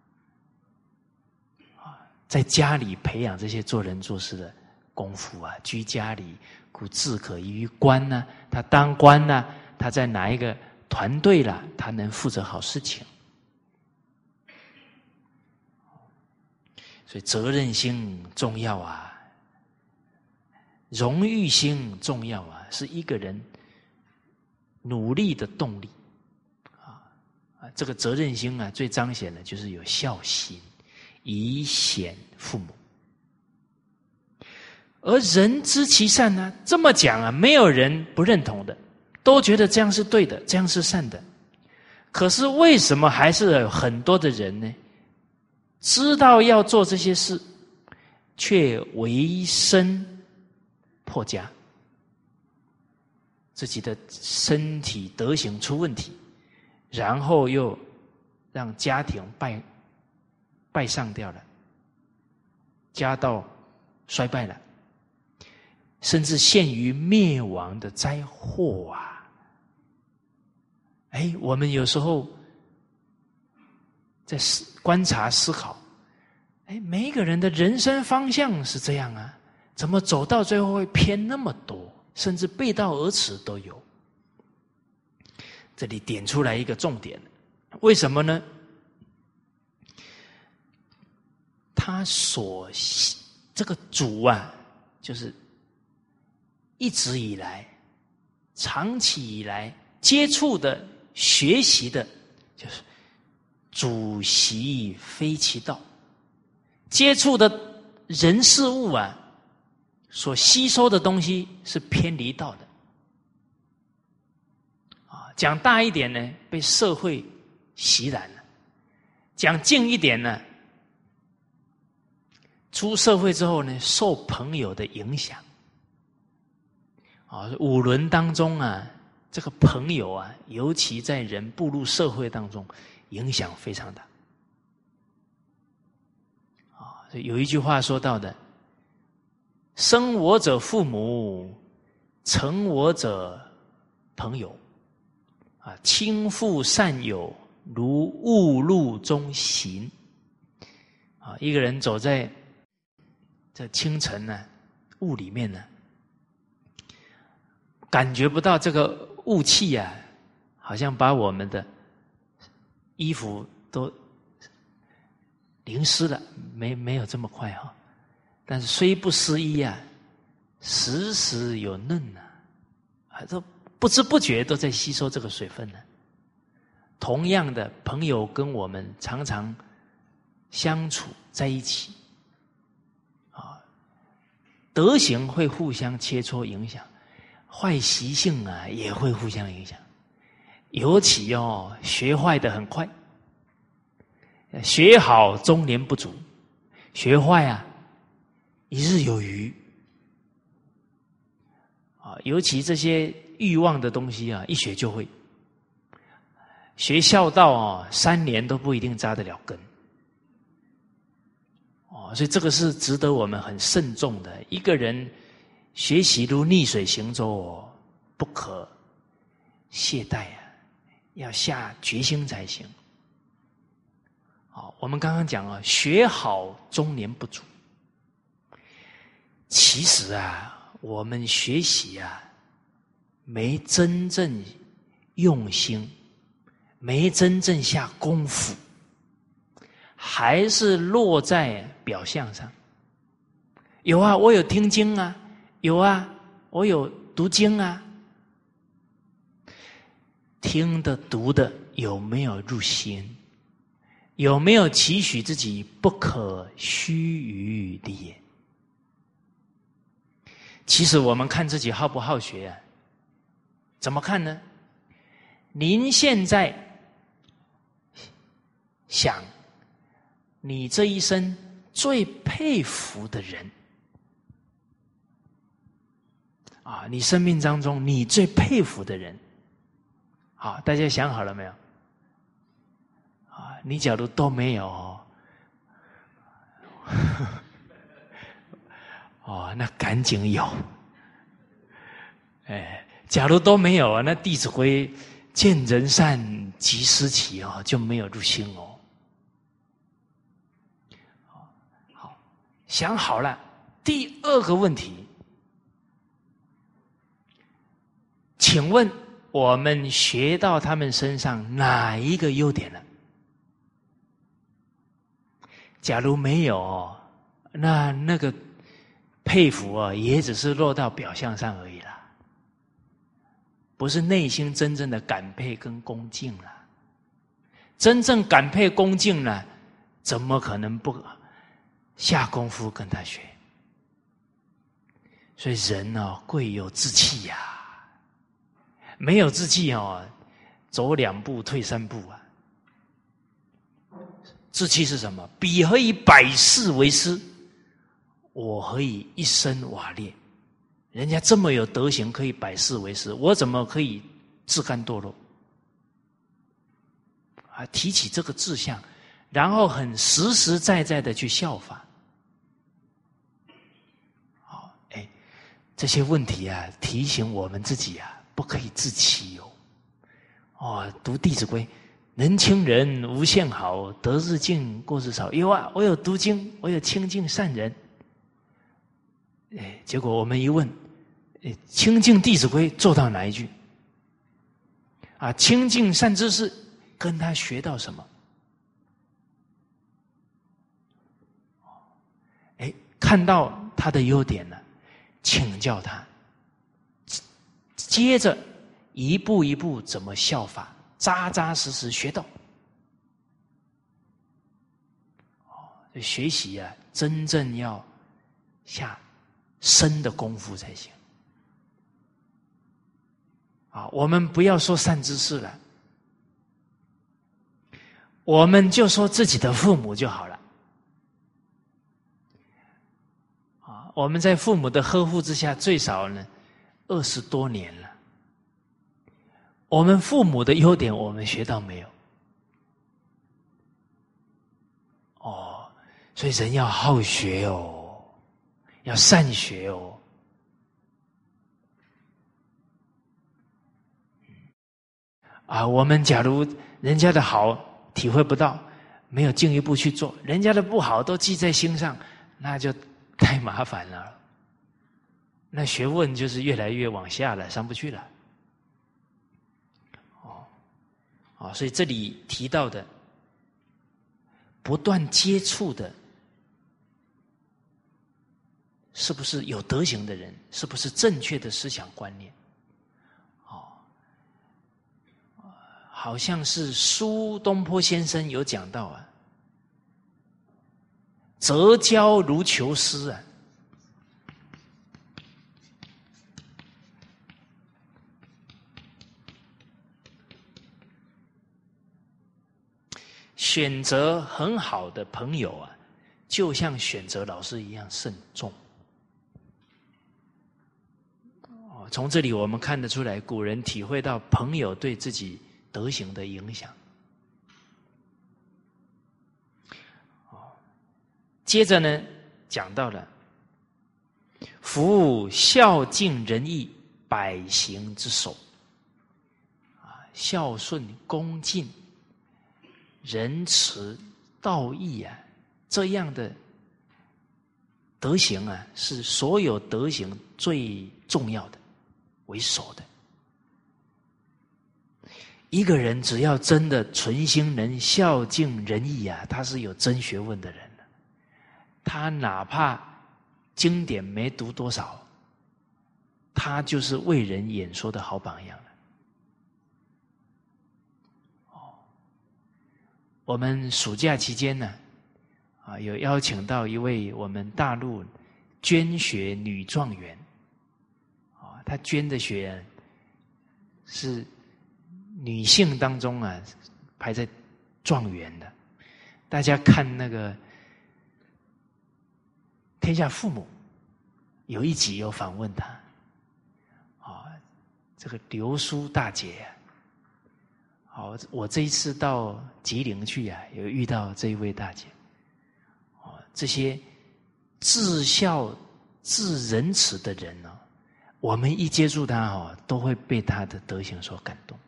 在家里培养这些做人做事的功夫啊，居家里故智可移于官呢、啊。他当官呢、啊，他在哪一个团队了，他能负责好事情。所以责任心重要啊。 荣誉心重要啊，是一个人努力的动力啊啊！这个责任心啊，最彰显的就是有孝心，以显父母。而人知其善呢、啊，这么讲啊，没有人不认同的，都觉得这样是对的，这样是善的。可是为什么还是有很多的人呢，知道要做这些事，却为身破家，自己的身体德行出问题，然后又让家庭败败上掉了，家道衰败了，甚至陷于灭亡的灾祸啊！哎，我们有时候在观察思考，哎，每一个人的人生方向是这样啊，怎么走到最后会偏那么多，甚至背道而驰都有。这里点出来一个重点，为什么呢？他所这个主啊，就是一直以来、长期以来接触的、学习的，就是主席非其道。接触的人事物啊，所吸收的东西是偏离道的。啊，讲大一点呢，被社会洗染了；讲近一点呢，出社会之后呢，受朋友的影响。啊，五伦当中啊，这个朋友啊，尤其在人步入社会当中，影响非常大。啊，有一句话说到的：生我者父母，成我者朋友。啊，亲附善友，如雾露中行。啊，一个人走在这清晨呢、啊，雾里面呢，感觉不到这个雾气啊，好像把我们的衣服都淋湿了，没没有这么快哈、哦。但是虽不失衣啊，时时有嫩啊，啊，都不知不觉都在吸收这个水分呢。同样的，朋友跟我们常常相处在一起，啊，德行会互相切磋影响。坏习性啊，也会互相影响。尤其哦，学坏的很快，学好中年不足，学坏啊，一日有余。啊，尤其这些欲望的东西啊，一学就会。学孝道啊，三年都不一定扎得了根。哦，所以这个是值得我们很慎重的。一个人学习如逆水行舟哦，不可懈怠啊，要下决心才行。好，我们刚刚讲啊，学好中年不足。其实啊，我们学习啊，没真正用心，没真正下功夫，还是落在表象上。有啊，我有听经啊，有啊，我有读经啊。听的读的有没有入心？有没有期许自己不可须臾的也？其实我们看自己好不好学啊？怎么看呢？您现在想，你这一生最佩服的人啊，你生命当中你最佩服的人，好，大家想好了没有？啊，你假如都没有哦，哦，那赶紧有。哎，假如都没有啊，那《弟子规》见人善即思齐哦，就没有入心哦。好，想好了，第二个问题，请问我们学到他们身上哪一个优点了？假如没有，那那个佩服啊，也只是落到表象上而已啦，不是内心真正的感佩跟恭敬啦。真正感佩恭敬呢，怎么可能不下功夫跟他学？所以人哦，贵有志气呀、啊，没有志气哦，走两步退三步啊。志气是什么？彼何以百世为师，我何以一身瓦裂？人家这么有德行，可以百世为师，我怎么可以自甘堕落？啊，提起这个志向，然后很实实在在的去效法。好，哎，这些问题啊，提醒我们自己啊，不可以自欺哦。哦，读《弟子规》，人亲人无限好，得日进，过日少。有啊，我有读经，我有亲近善人。哎，结果我们一问，哎，亲近《弟子规》做到哪一句？啊，亲近善知识，跟他学到什么？哎，看到他的优点了，请教他，接着一步一步怎么效法，扎扎实实学到。哦，学习啊，真正要下深的功夫才行。啊，我们不要说善知识了，我们就说自己的父母就好了。啊，我们在父母的呵护之下，最少呢二十多年了。我们父母的优点，我们学到没有？哦，所以人要好学哦，要善学哦。啊，我们假如人家的好体会不到，没有进一步去做，人家的不好都记在心上，那就太麻烦了。那学问就是越来越往下了，上不去了。哦，啊，所以这里提到的不断接触的，是不是有德行的人？是不是正确的思想观念？好像是苏东坡先生有讲到啊，择交如求师啊。选择很好的朋友啊，就像选择老师一样慎重。哦，从这里我们看得出来，古人体会到朋友对自己德行的影响。接着呢，讲到了夫孝敬仁义，百行之首。啊，孝顺、恭敬、仁慈、道义啊，这样的德行啊，是所有德行最重要的、为首的。一个人只要真的存心能孝敬仁义啊，他是有真学问的人了。他哪怕经典没读多少，他就是为人演说的好榜样了。哦，我们暑假期间呢，啊，有邀请到一位我们大陆捐学女状元，啊，她捐的学是女性当中啊，排在状元的。大家看那个《天下父母》，有一集有访问她，啊，这个刘淑大姐啊，好，我这一次到吉林去啊，有遇到这一位大姐，哦，这些至孝、至仁慈的人呢，我们一接触他哦，都会被他的德行所感动。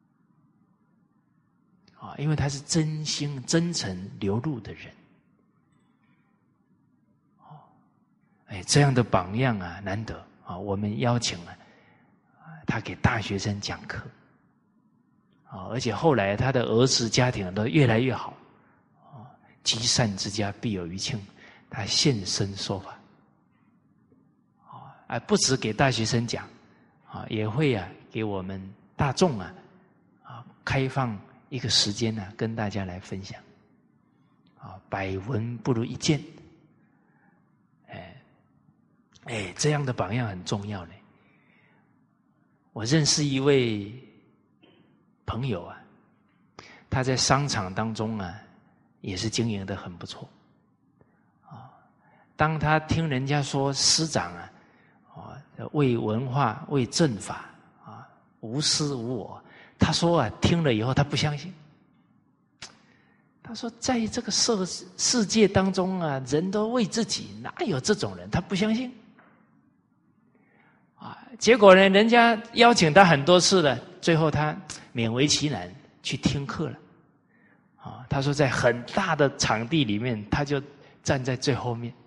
啊，因为他是真心真诚流露的人，哦，哎，这样的榜样啊，难得啊！我们邀请了他给大学生讲课，啊，而且后来他的儿子家庭都越来越好，啊，积善之家必有余庆，他现身说法， 啊，不止给大学生讲啊，也会啊给我们大众啊啊开放一个时间呢、啊，跟大家来分享啊，百闻不如一见，哎哎，这样的榜样很重要呢。我认识一位朋友啊，他在商场当中啊，也是经营得很不错啊。当他听人家说师长啊，啊为文化、为正法啊，无私无我，他说啊，听了以后他不相信。他说，在这个世世界当中啊，人都为自己，哪有这种人？他不相信。啊，结果呢，人家邀请他很多次了，最后他勉为其难去听课了。啊，他说在很大的场地里面，他就站在最后面。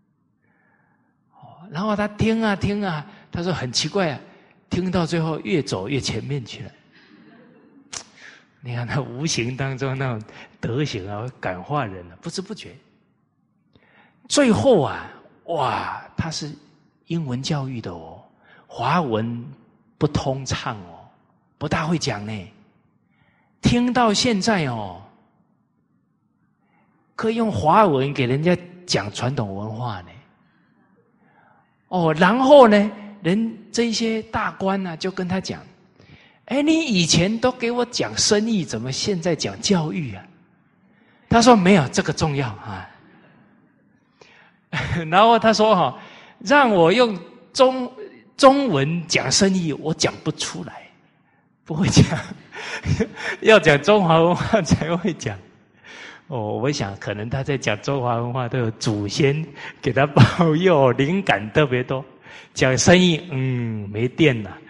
哦，然后他听啊听啊，他说很奇怪啊，听到最后越走越前面去了。你看他无形当中那种德行啊，感化人了、啊，不知不觉。最后啊，哇，他是英文教育的哦，华文不通畅哦，不大会讲呢。听到现在哦，可以用华文给人家讲传统文化呢。哦，然后呢，人这些大官呢、啊、就跟他讲。哎，你以前都给我讲生意，怎么现在讲教育啊？他说没有，这个重要啊。然后他说哈，让我用中中文讲生意，我讲不出来，不会讲，要讲中华文化才会讲。哦，我想可能他在讲中华文化都有祖先给他保佑，灵感特别多。讲生意，嗯，没电了。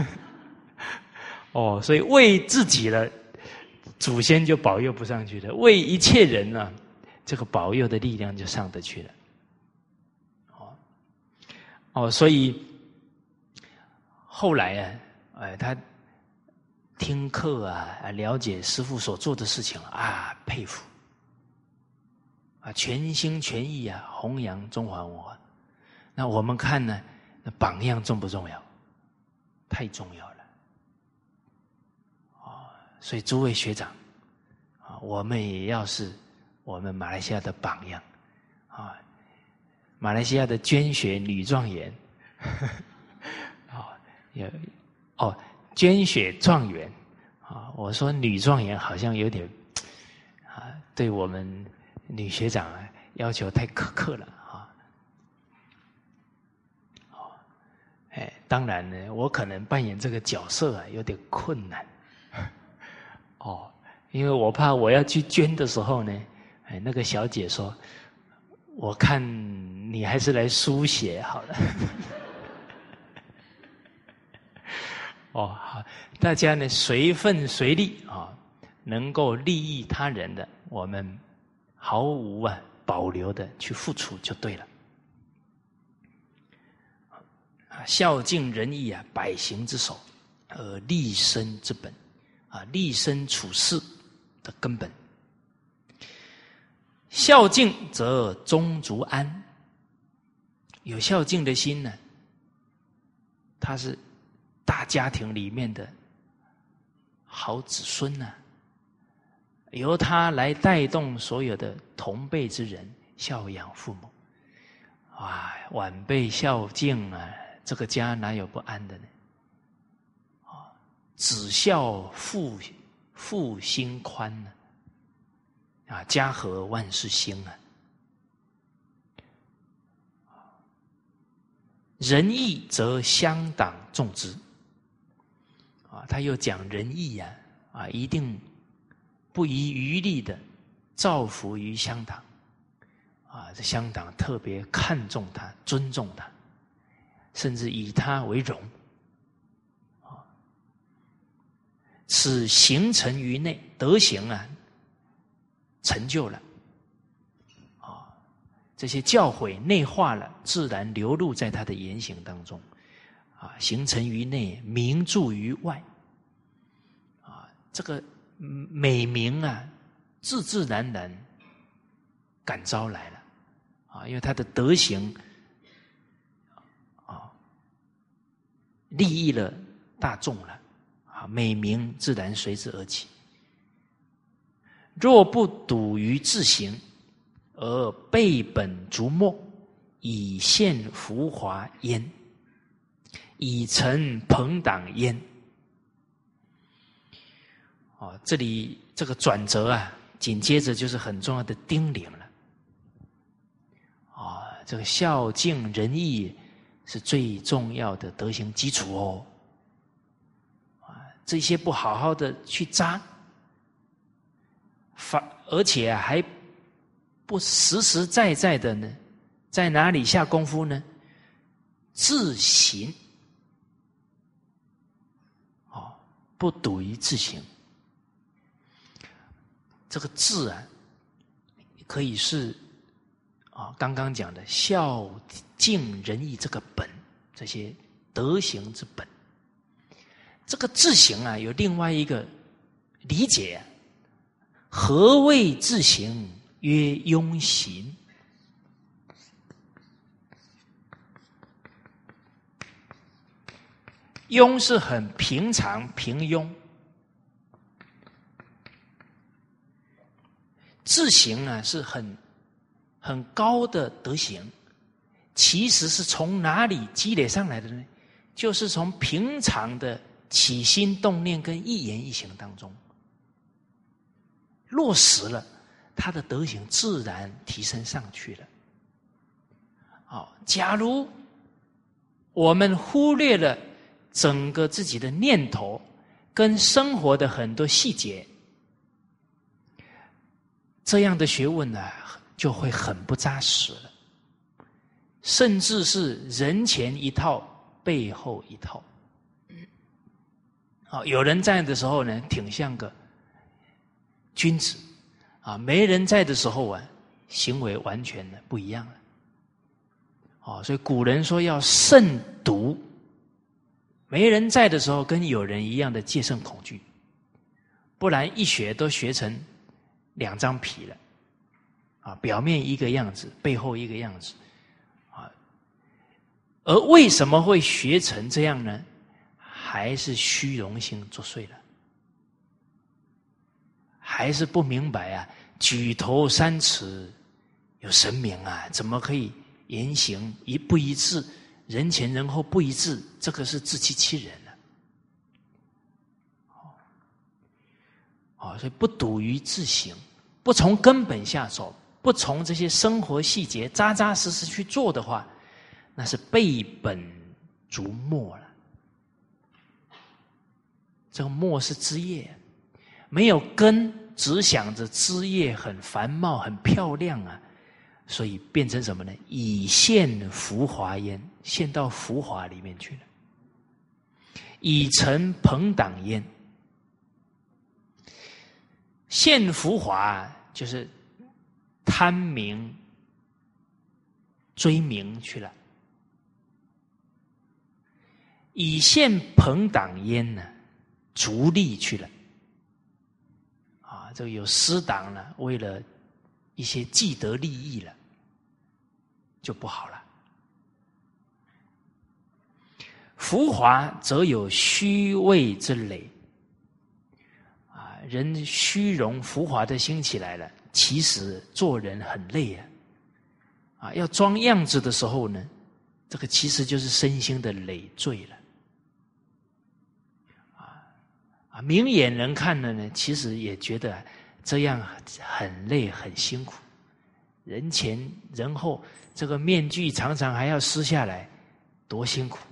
哦，所以为自己了，祖先就保佑不上去了；为一切人呢、啊，这个保佑的力量就上得去了。哦，哦，所以后来啊，哎，他听课啊，了解师父所做的事情啊，佩服啊，全心全意啊，弘扬中华文化。那我们看呢，榜样重不重要？太重要了。所以诸位学长啊，我们也要是我们马来西亚的榜样啊，马来西亚的捐血女状元啊，有哦，捐血状元啊，我说女状元好像有点啊，对我们女学长啊要求太苛刻了啊。哦，哎，当然呢，我可能扮演这个角色啊，有点困难。哦，因为我怕我要去捐的时候呢，哎，那个小姐说，我看你还是来书写好了。哦，好，大家呢随份随力啊、哦，能够利益他人的，我们毫无啊保留的去付出就对了。啊，孝敬仁义啊，百行之首，而立身之本。啊，立身处世的根本。孝敬则宗族安，有孝敬的心呢，他是大家庭里面的好子孙呢、啊，由他来带动所有的同辈之人孝养父母。啊，晚辈孝敬啊，这个家哪有不安的呢？子孝父父心宽呢、啊，啊，家和万事兴啊。仁义则乡党重之，啊，他又讲仁义啊，啊，一定不遗余力的造福于乡党，啊，这乡党特别看重他、尊重他，甚至以他为荣。此形成于内，德行啊，成就了，啊，这些教诲内化了，自然流露在他的言行当中，啊，形成于内，名著于外，啊，这个美名啊，自自然然感召来了，啊，因为他的德行，啊， 利益了大众了，啊，美名自然随之而起。若不笃于自行，而背本逐末，以现浮华焉，以成朋党焉。哦，这里这个转折啊，紧接着就是很重要的叮咛了。啊、哦，这个孝敬仁义是最重要的德行基础哦。啊，这些不好好的去扎，反而且还不实实在在的呢，在哪里下功夫呢？自行。哦，不笃于自行。这个字啊，可以是啊，刚刚讲的孝敬仁义这个本，这些德行之本。这个自行啊，有另外一个理解、啊，何谓自行？曰庸行。庸是很平常、平庸。自行啊是很很高的德行，其实是从哪里积累上来的呢？就是从平常的起心动念跟一言一行当中落实了，他的德行自然提升上去了。好，假如我们忽略了整个自己的念头跟生活的很多细节，这样的学问呢、啊，就会很不扎实了，甚至是人前一套，背后一套。啊，有人在的时候呢，挺像个君子啊；没人在的时候啊，行为完全的不一样了。哦，所以古人说要慎独，没人在的时候，跟有人一样的戒慎恐惧，不然一学都学成两张皮了，啊，表面一个样子，背后一个样子，啊，而为什么会学成这样呢？还是虚荣心作祟了，还是不明白啊，举头三尺有神明啊，怎么可以言行一不一致，人前人后不一致，这个是自欺欺人了。哦，所以不笃于自行，不从根本下手，不从这些生活细节扎扎实实去做的话，那是背本逐末了。这个末是枝叶，没有根，只想着枝叶很繁茂很漂亮啊，所以变成什么呢？以现浮华焉，现到浮华里面去了。以成朋党焉，现浮华就是贪名追名去了。以现朋党焉呢，逐利去了。啊，这个有私党了，为了一些既得利益了，就不好了。浮华则有虚伪之累，啊，人虚荣浮华的兴起来了，其实做人很累啊，啊，要装样子的时候呢，这个其实就是身心的累赘了。啊，明眼人看了呢，其实也觉得这样很累很辛苦，人前人后，这个面具常常还要撕下来，多辛苦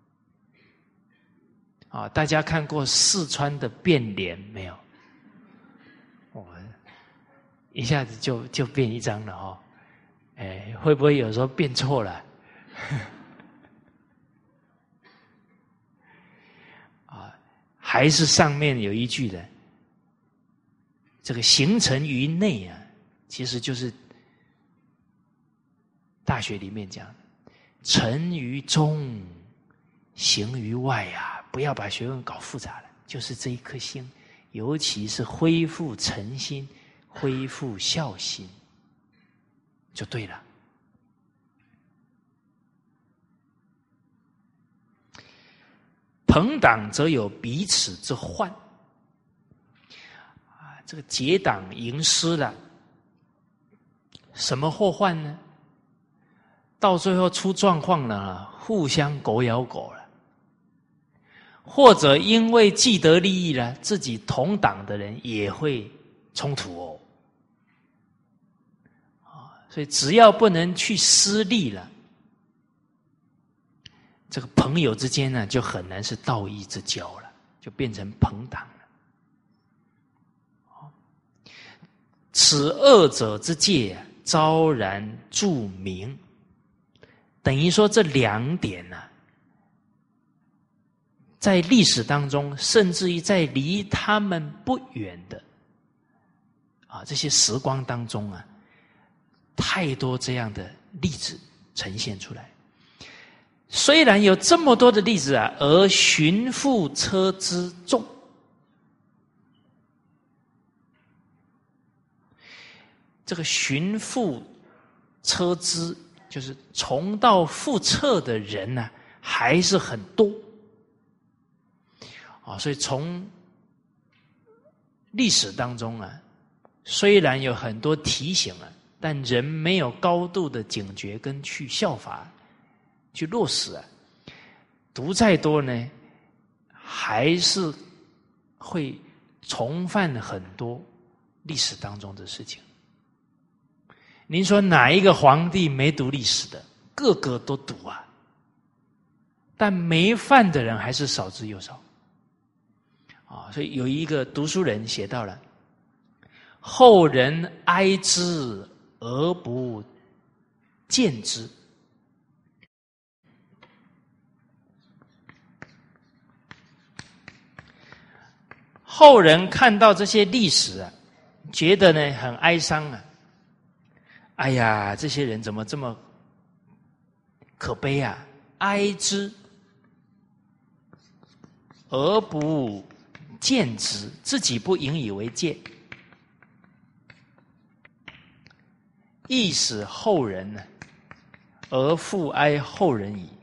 啊！大家看过四川的变脸没有？我一下子就就变一张了哦，哎，会不会有时候变错了？还是上面有一句的，这个形成于内啊，其实就是大学里面讲的成于中，行于外啊，不要把学问搞复杂了，就是这一颗心，尤其是恢复诚心，恢复孝心，就对了。 朋党则有彼此之患。啊，这个结党营私了，什么祸患呢？到最后出状况了，互相狗咬狗了，或者因为既得利益了，自己同党的人也会冲突哦。啊，所以只要不能去私利了，这个朋友之间呢，就很难是道义之交了，就变成朋党了。此二者之戒，昭然著明。等于说这两点呢、啊，在历史当中，甚至于在离他们不远的啊这些时光当中啊，太多这样的例子呈现出来。虽然有这么多的例子啊，而寻复车之众，这个寻复车之就是重蹈覆辙的人呢、啊，还是很多啊。所以从历史当中啊，虽然有很多提醒啊，但人没有高度的警觉跟去效法、去落实啊，读再多呢，还是会重犯很多历史当中的事情。您说哪一个皇帝没读历史的？个个都读啊，但没犯的人还是少之又少啊。所以有一个读书人写到了：后人哀之而不见之。后人看到这些历史啊，觉得呢很哀伤啊。哎呀，这些人怎么这么可悲啊！哀之而不见之，自己不引以为戒，亦使后人呢，而复哀后人矣。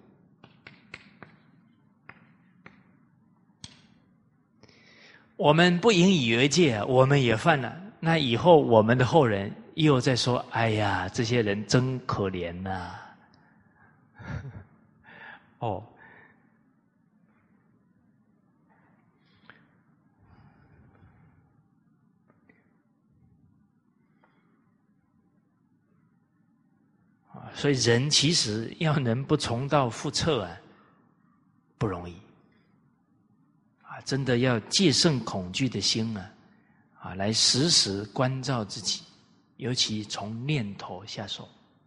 我们不引以为戒，我们也犯了，那以后我们的后人又在说：哎呀，这些人真可怜呐、啊！哦，所以人其实要能不重蹈覆辙啊，不容易啊！真的要戒慎恐惧的心啊，啊，来时时关照自己。尤其从念头下手，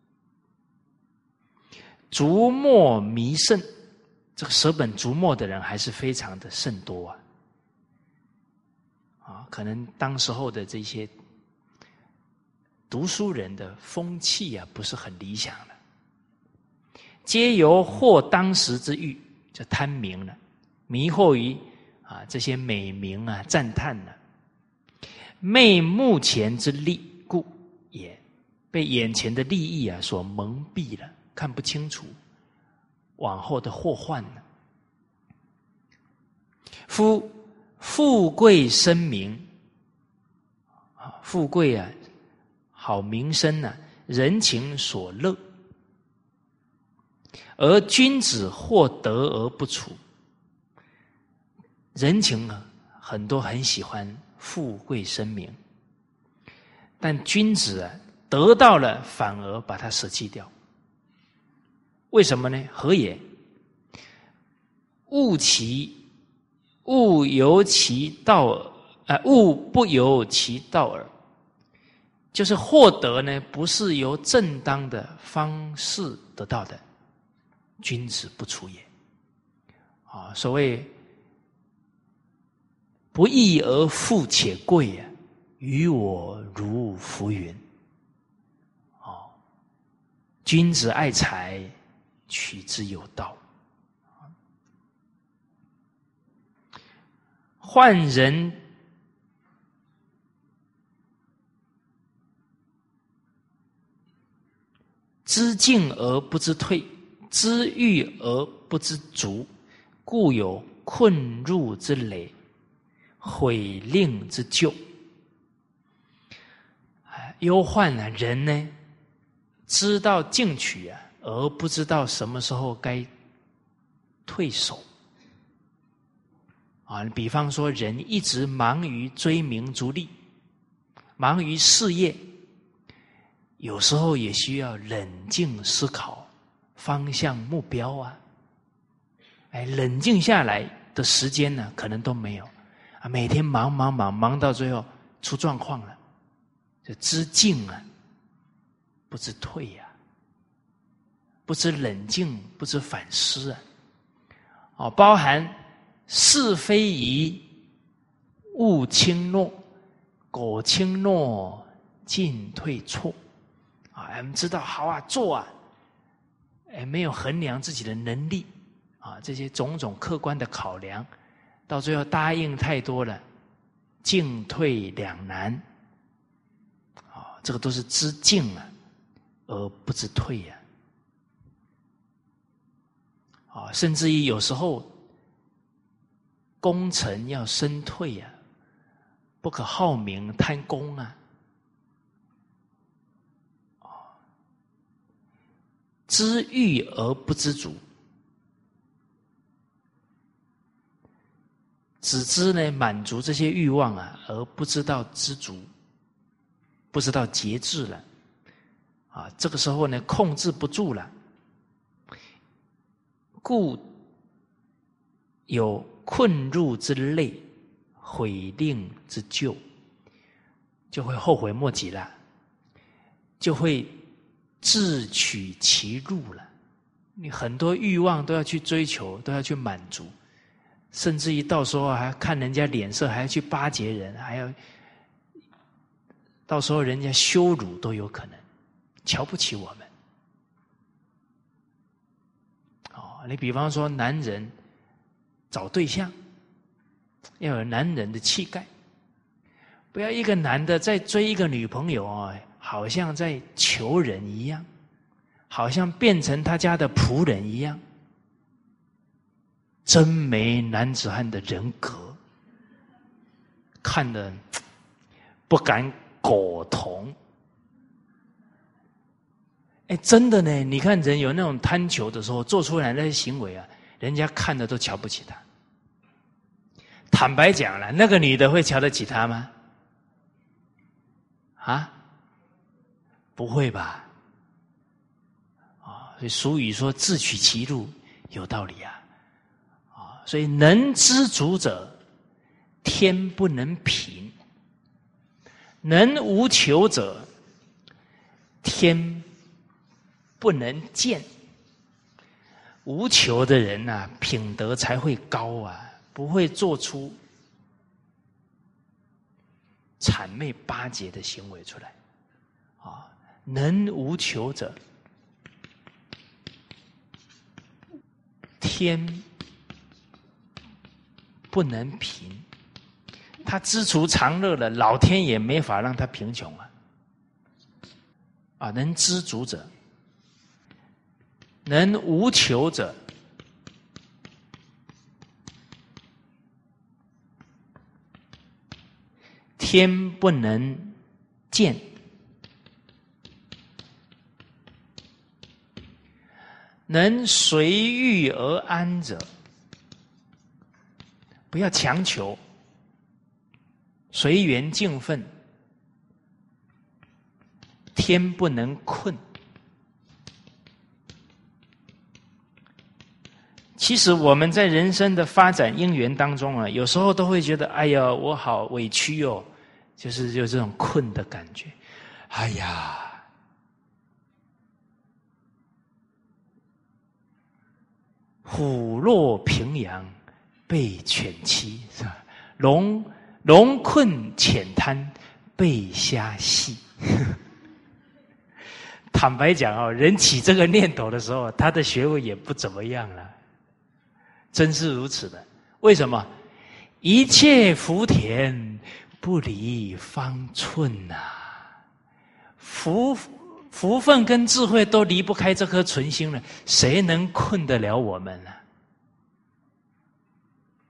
逐末弥甚，这个舍本逐末的人还是非常的甚多啊！啊，可能当时候的这些读书人的风气啊，不是很理想了，皆由获当时之欲，就贪名了，迷惑于啊这些美名啊、赞叹了，昧目前之利。也被眼前的利益啊所蒙蔽了，看不清楚往后的祸患了。夫富贵声名啊，富贵啊，好名声啊，人情所乐，而君子或得而不处。人情啊，很多很喜欢富贵声名。但君子啊，得到了反而把它舍弃掉，为什么呢？何也？物其物由其道耳，啊、呃，物不由其道耳。就是获得呢，不是由正当的方式得到的，君子不处也。啊，所谓不义而富且贵啊。于我如浮云。哦，君子爱财，取之有道。患人知进而不知退，知欲而不知足，故有困入之累，悔令之咎。忧患啊，人呢知道进取啊，而不知道什么时候该退守啊。比方说，人一直忙于追名逐利，忙于事业，有时候也需要冷静思考方向目标啊。哎，冷静下来的时间呢，可能都没有啊。每天忙忙忙忙到最后出状况了，就知进啊，不知退呀、啊，不知冷静，不知反思啊。哦，包含是非疑，勿轻诺，苟轻诺，进退错。啊，我们知道好啊，做啊，哎，没有衡量自己的能力啊，这些种种客观的考量，到最后答应太多了，进退两难。啊，这个都是知进啊，而不知退呀、啊。啊，甚至于有时候功成要身退啊，不可好名贪功啊。知欲而不知足，只知呢满足这些欲望啊，而不知道知足，不知道节制了啊。这个时候呢，控制不住了，故有困入之累，悔令之咎，就会后悔莫及了，就会自取其辱了。你很多欲望都要去追求，都要去满足，甚至于到时候还看人家脸色，还要去巴结人，还要到时候人家羞辱都有可能，瞧不起我们。哦，你比方说男人找对象要有男人的气概，不要一个男的在追一个女朋友啊，好像在求人一样，好像变成他家的仆人一样，真没男子汉的人格，看得不敢苟同。哎，真的呢，你看人有那种贪求的时候，做出来那些行为啊，人家看的都瞧不起他。坦白讲了，那个女的会瞧得起他吗？啊？不会吧？啊，所以俗语说自取其辱，有道理啊。啊，所以能知足者，天不能平；能无求者，天不能见。无求的人啊，品德才会高啊，不会做出谄媚巴结的行为出来。啊，能无求者，天不能平。他知足常乐了，老天也没法让他贫穷啊！啊，能知足者，能无求者，天不能见。能随遇而安者，不要强求，随缘尽分，天不能困。其实我们在人生的发展因缘当中啊，有时候都会觉得，哎呀，我好委屈哦，就是有这种困的感觉。哎呀，虎落平阳被犬欺，是吧？龙龙困浅滩被虾戏。坦白讲哦，人起这个念头的时候，他的学问也不怎么样了，真是如此的。为什么？一切福田不离方寸呐、啊，福福分跟智慧都离不开这颗纯心了，谁能困得了我们呢、啊？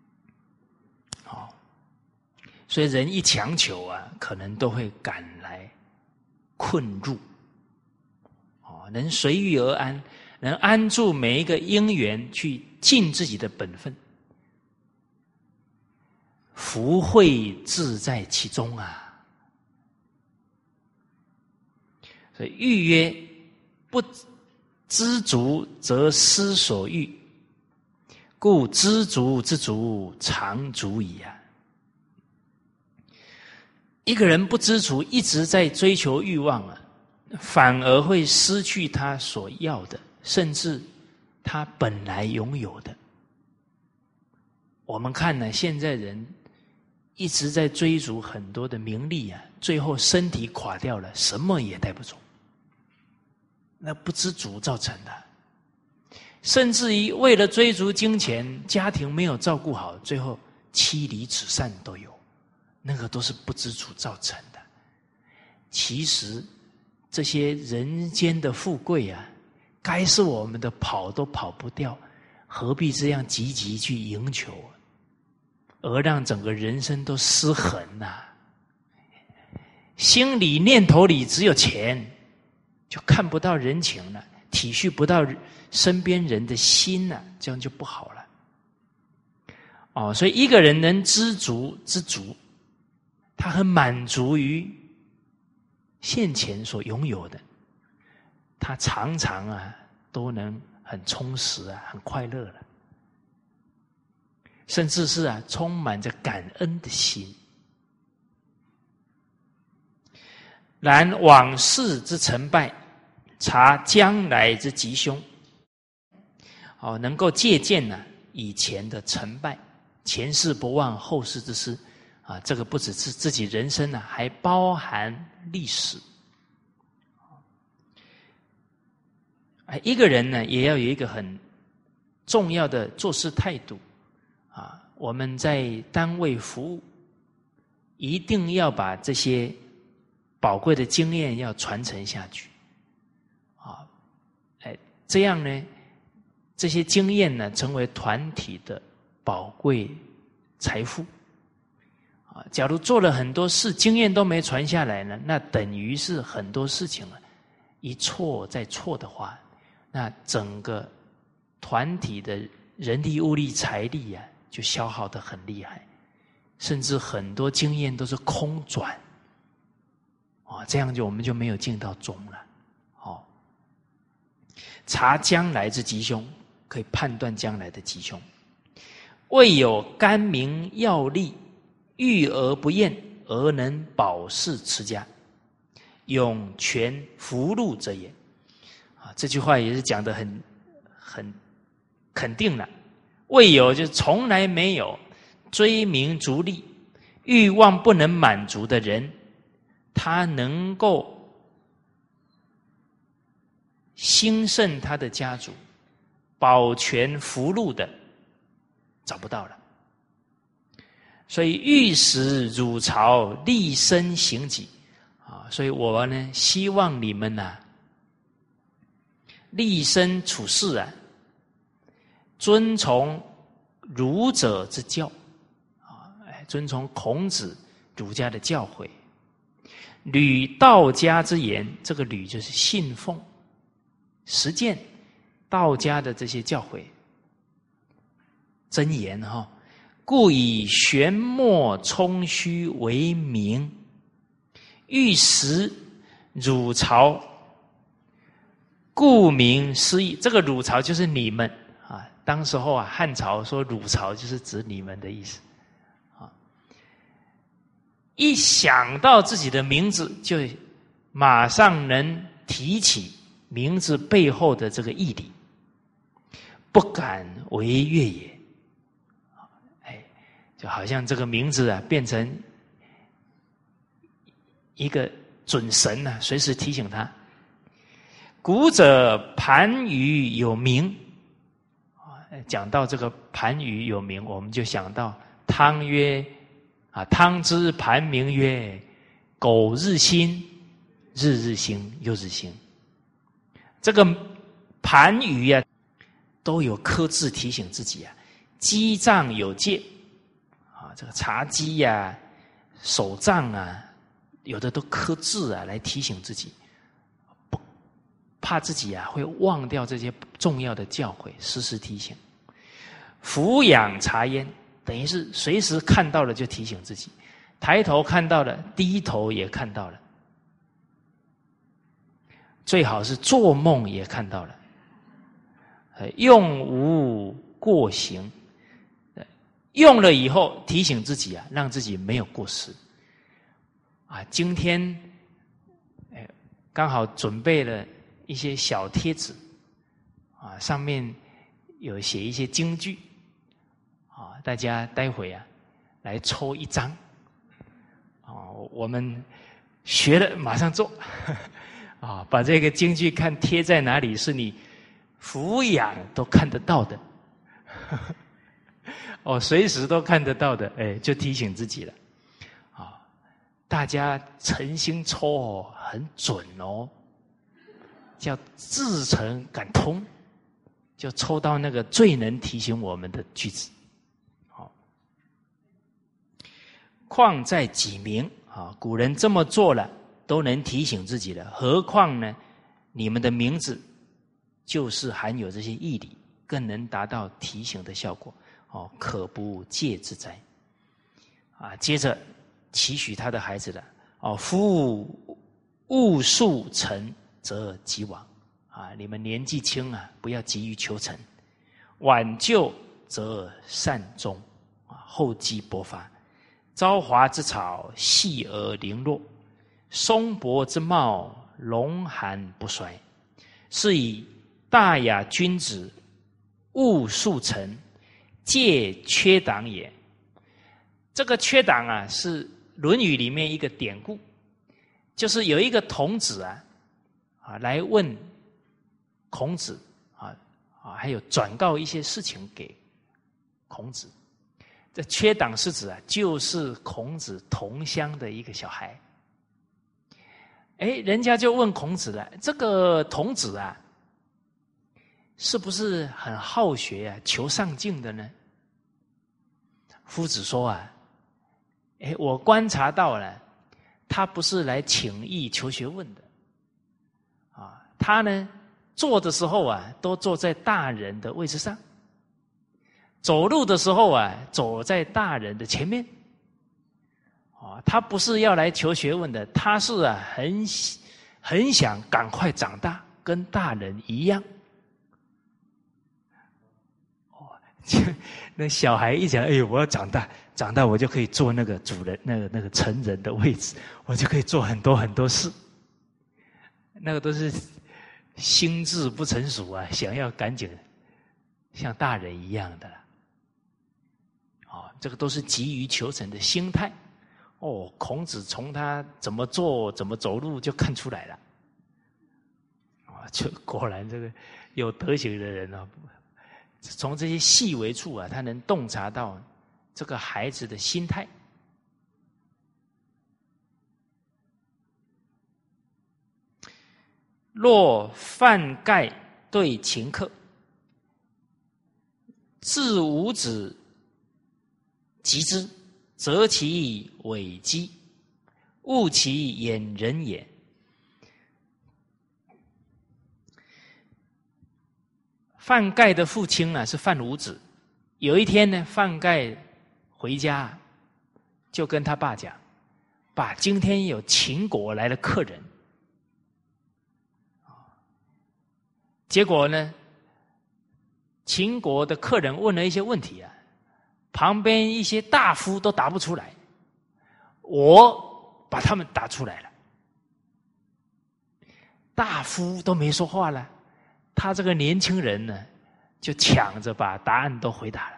所以人一强求啊，可能都会赶来困入。哦，能随遇而安，能安住每一个因缘，去尽自己的本分，福慧自在其中啊。所以欲曰不知足则失所欲，故知足之足常足矣啊。一个人不知足，一直在追求欲望啊，反而会失去他所要的，甚至他本来拥有的。我们看呢，现在人一直在追逐很多的名利啊，最后身体垮掉了，什么也带不走。那不知足造成的，甚至于为了追逐金钱，家庭没有照顾好，最后妻离子散都有，那个都是不知足造成的。其实这些人间的富贵啊，该是我们的跑都跑不掉，何必这样积极去赢求，而让整个人生都失衡啊？心里念头里只有钱，就看不到人情了，体恤不到身边人的心了，这样就不好了。哦，所以一个人能知足知足，他很满足于现前所拥有的，他常常啊都能很充实啊，很快乐了，甚至是啊充满着感恩的心。然往事之成败，察将来之吉凶。哦，能够借鉴呢、啊、以前的成败，前事不忘后事之师啊，这个不只是自己人生呢、啊，还包含历史。哎，一个人呢，也要有一个很重要的做事态度啊。我们在单位服务，一定要把这些宝贵的经验要传承下去啊。哎，这样呢，这些经验呢，成为团体的宝贵财富啊。假如做了很多事，经验都没传下来呢，那等于是很多事情了，一错再错的话，那整个团体的人力、物力、财力啊，就消耗得很厉害，甚至很多经验都是空转，哦，这样就我们就没有进到中了。哦，察将来之吉凶，可以判断将来的吉凶。未有甘明要力，遇而不厌，而能保世持家，永全福禄者也。啊，这句话也是讲得很很肯定了。未有就从来没有追名逐利、欲望不能满足的人，他能够兴盛他的家族、保全福禄的，找不到了。所以欲使汝朝立身行己啊，所以我呢希望你们啊立身处世啊，遵从儒者之教啊，遵从孔子儒家的教诲，履道家之言，这个履就是信奉、实践道家的这些教诲、真言哈。故以玄墨充虚为名，欲使汝朝，故名思义。这个汝朝就是你们啊，当时候啊，汉朝说汝朝就是指你们的意思啊。一想到自己的名字，就马上能提起名字背后的这个义理，不敢违越也。就好像这个名字啊，变成一个准神啊，随时提醒他。古者盘盂有名，讲到这个盘盂有名，我们就想到汤曰啊，汤之盘名曰苟日新，日日新，又日新。这个盘盂啊，都有刻字提醒自己啊，积障有戒。这个茶几呀、啊， 手杖啊，有的都刻字啊，来提醒自己，不怕自己啊会忘掉这些重要的教诲，时时提醒。俯仰察焉，等于是随时看到了就提醒自己，抬头看到了，低头也看到了，最好是做梦也看到了。用无过行，用了以后提醒自己啊，让自己没有过失。啊，今天哎刚好准备了一些小贴纸，啊，上面有写一些金句，啊，大家待会啊来抽一张，啊，我们学了马上做，啊，把这个金句看贴在哪里是你俯仰都看得到的，哦，随时都看得到的，哎，就提醒自己了，啊，大家诚心抽哦，很准哦，叫至诚感通，就抽到那个最能提醒我们的句子，好，况在己名啊，古人这么做了，都能提醒自己了，何况呢？你们的名字就是含有这些义理，更能达到提醒的效果，哦，可不戒之哉！啊，接着期许他的孩子了，哦，夫勿速成，则急亡。啊，你们年纪轻啊，不要急于求成，晚就则善终，啊，厚积薄发。朝华之草，细而零落；松柏之茂，龙寒不衰。是以大雅君子，勿速成，戒缺党也。这个缺党啊，是《论语》里面一个典故，就是有一个童子啊，啊来问孔子啊啊，还有转告一些事情给孔子。这缺党是指啊，就是孔子同乡的一个小孩。哎，人家就问孔子了，这个童子啊，是不是很好学啊，求上进的呢？夫子说啊，哎，我观察到了，他不是来请益求学问的，啊，他呢坐的时候啊，都坐在大人的位置上，走路的时候啊，走在大人的前面。啊，他不是要来求学问的，他是啊很很想赶快长大，跟大人一样。哦，那小孩一讲，哎呦，我要长大，长大我就可以坐那个主人、那个那个成人的位置，我就可以做很多很多事。那个都是心智不成熟啊，想要赶紧像大人一样的。哦，这个都是急于求成的心态。哦，孔子从他怎么做、怎么走路就看出来了，啊，就果然这个有德行的人啊，从这些细微处啊，他能洞察到这个孩子的心态。若犯盖对秦客，自五子及之，则其尾肌，误其眼人也。范盖的父亲呢是范五子，有一天呢，范盖回家就跟他爸讲：“爸，今天有秦国来了客人。”结果呢，秦国的客人问了一些问题啊。旁边一些大夫都答不出来，我把他们答出来了。大夫都没说话了，他这个年轻人呢，就抢着把答案都回答了。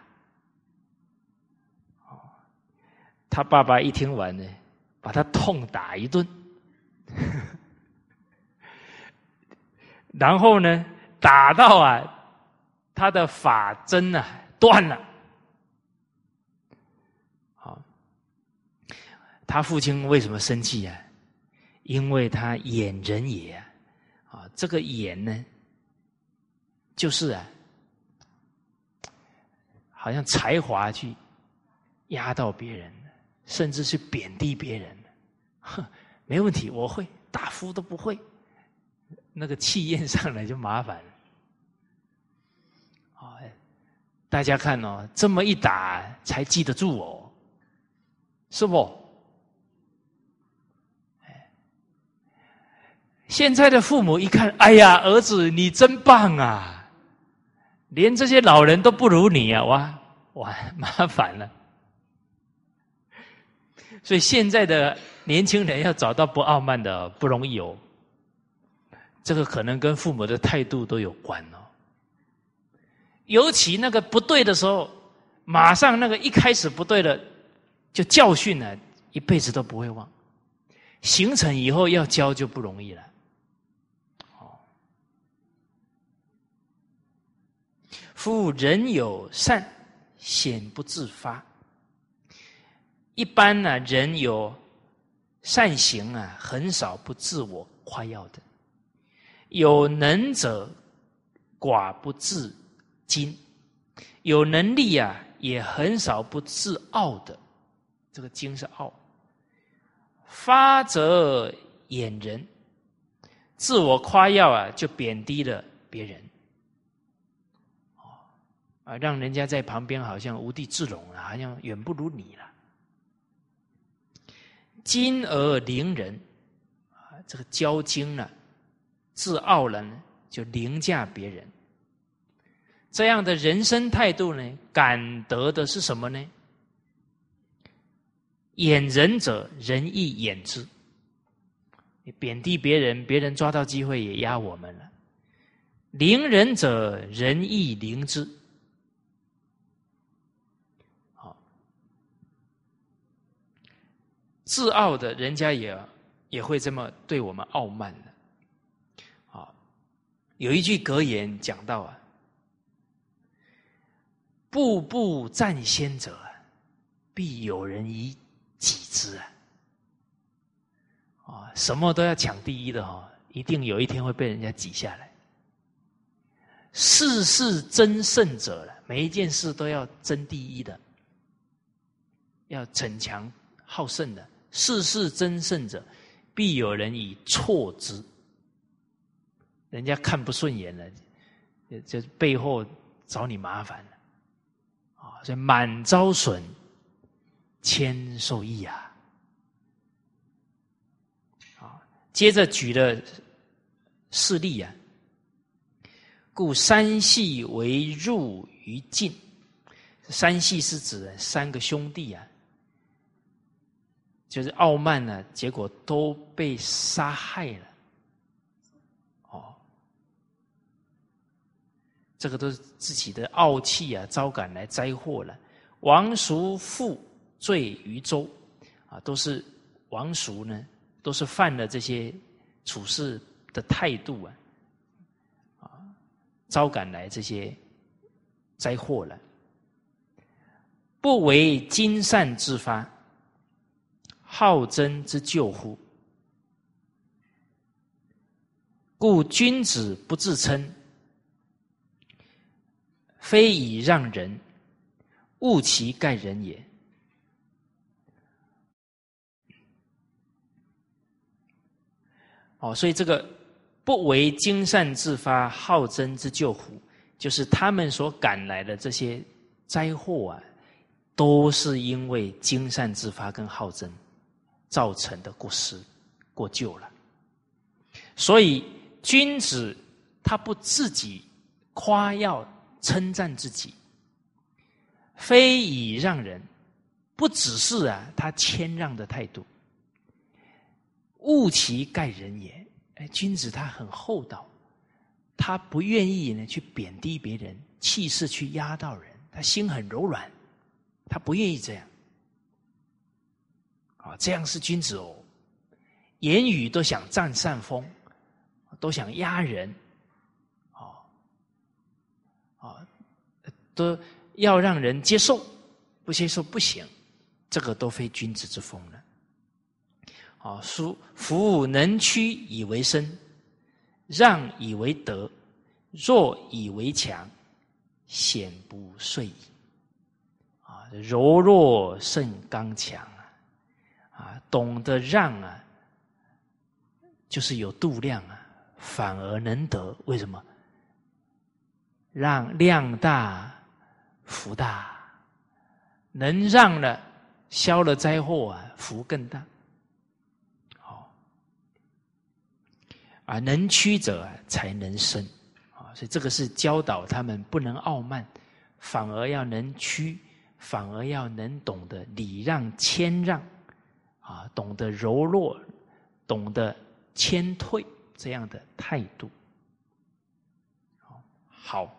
哦，他爸爸一听完呢，把他痛打一顿，然后呢，打到啊，他的发针啊断了。他父亲为什么生气啊？因为他眼人也啊，啊，这个眼呢，就是啊，好像才华去压到别人， 甚至是贬低别人。哼，没问题，我会，大夫都不会，那个气焰上来就麻烦了。哦，大家看哦，这么一打才记得住哦，是不？现在的父母一看，哎呀，儿子你真棒啊，连这些老人都不如你啊，哇哇，麻烦了。所以现在的年轻人要找到不傲慢的不容易哦，这个可能跟父母的态度都有关哦。尤其那个不对的时候，马上那个一开始不对了，就教训了，一辈子都不会忘。形成以后要教就不容易了。夫人有善，显不自发。一般呢、啊，人有善行啊，很少不自我夸耀的。有能者，寡不自矜。有能力啊，也很少不自傲的。这个矜是傲。发则掩人，自我夸耀啊，就贬低了别人。啊，让人家在旁边好像无地自容了，好像远不如你了。矜而凌人，啊，这个骄矜了，自傲了呢，就凌驾别人。这样的人生态度呢，感得的是什么呢？掩人者，人亦掩之。你贬低别人，别人抓到机会也压我们了。凌人者，人亦凌之。自傲的人家也也会这么对我们傲慢的。啊，有一句格言讲到啊，步步占先者，必有人以己之啊。啊，什么都要抢第一的哈、哦，一定有一天会被人家挤下来。事事争胜者了，每一件事都要争第一的，要逞强好胜的。事事争胜者，必有人以挫之。人家看不顺眼了，就背后找你麻烦了。啊，所以满招损，谦受益啊。啊，接着举了事例啊，故三系为入于境。三系是指三个兄弟啊。就是傲慢呢，结果都被杀害了。哦，这个都是自己的傲气啊，招感来灾祸了。王叔负罪于周，啊，都是王叔呢，都是犯了这些处事的态度啊，啊，招感来这些灾祸了。不为精善之发。好争之救乎？故君子不自称，非以让人，恶其盖人也。哦，所以这个不为精善自发，好争之救乎，就是他们所赶来的这些灾祸啊，都是因为精善自发跟好争造成的过失过旧了。所以君子他不自己夸耀称赞自己，非以让人，不只是啊他谦让的态度，恶其盖人也。哎，君子他很厚道，他不愿意呢去贬低别人，气势去压到人，他心很柔软，他不愿意这样。啊，这样是君子哦，言语都想占上风，都想压人，哦，哦，都要让人接受，不接受不行，这个都非君子之风了。啊，夫夫能屈以为伸，让以为德，弱以为强，显不遂矣。啊，柔弱胜刚强啊， 懂得让啊，就是有度量啊，反而能得。为什么？让量大福大，能让了，消了灾祸啊，福更大。好，啊，能屈者啊，才能伸。啊，所以这个是教导他们不能傲慢，反而要能屈，反而要能懂得礼让谦让，啊，懂得柔弱，懂得谦退这样的态度。好，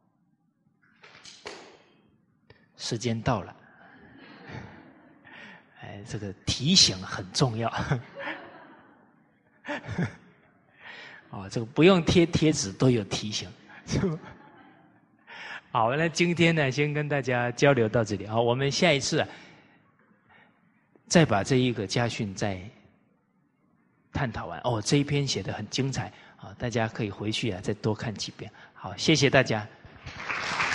时间到了。哎，这个提醒很重要。哦，这个不用贴贴纸都有提醒。好，那今天呢，先跟大家交流到这里。好，我们下一次啊，再把这一个家训再探讨完。哦，这一篇写得很精彩啊，大家可以回去啊再多看几遍。好，谢谢大家。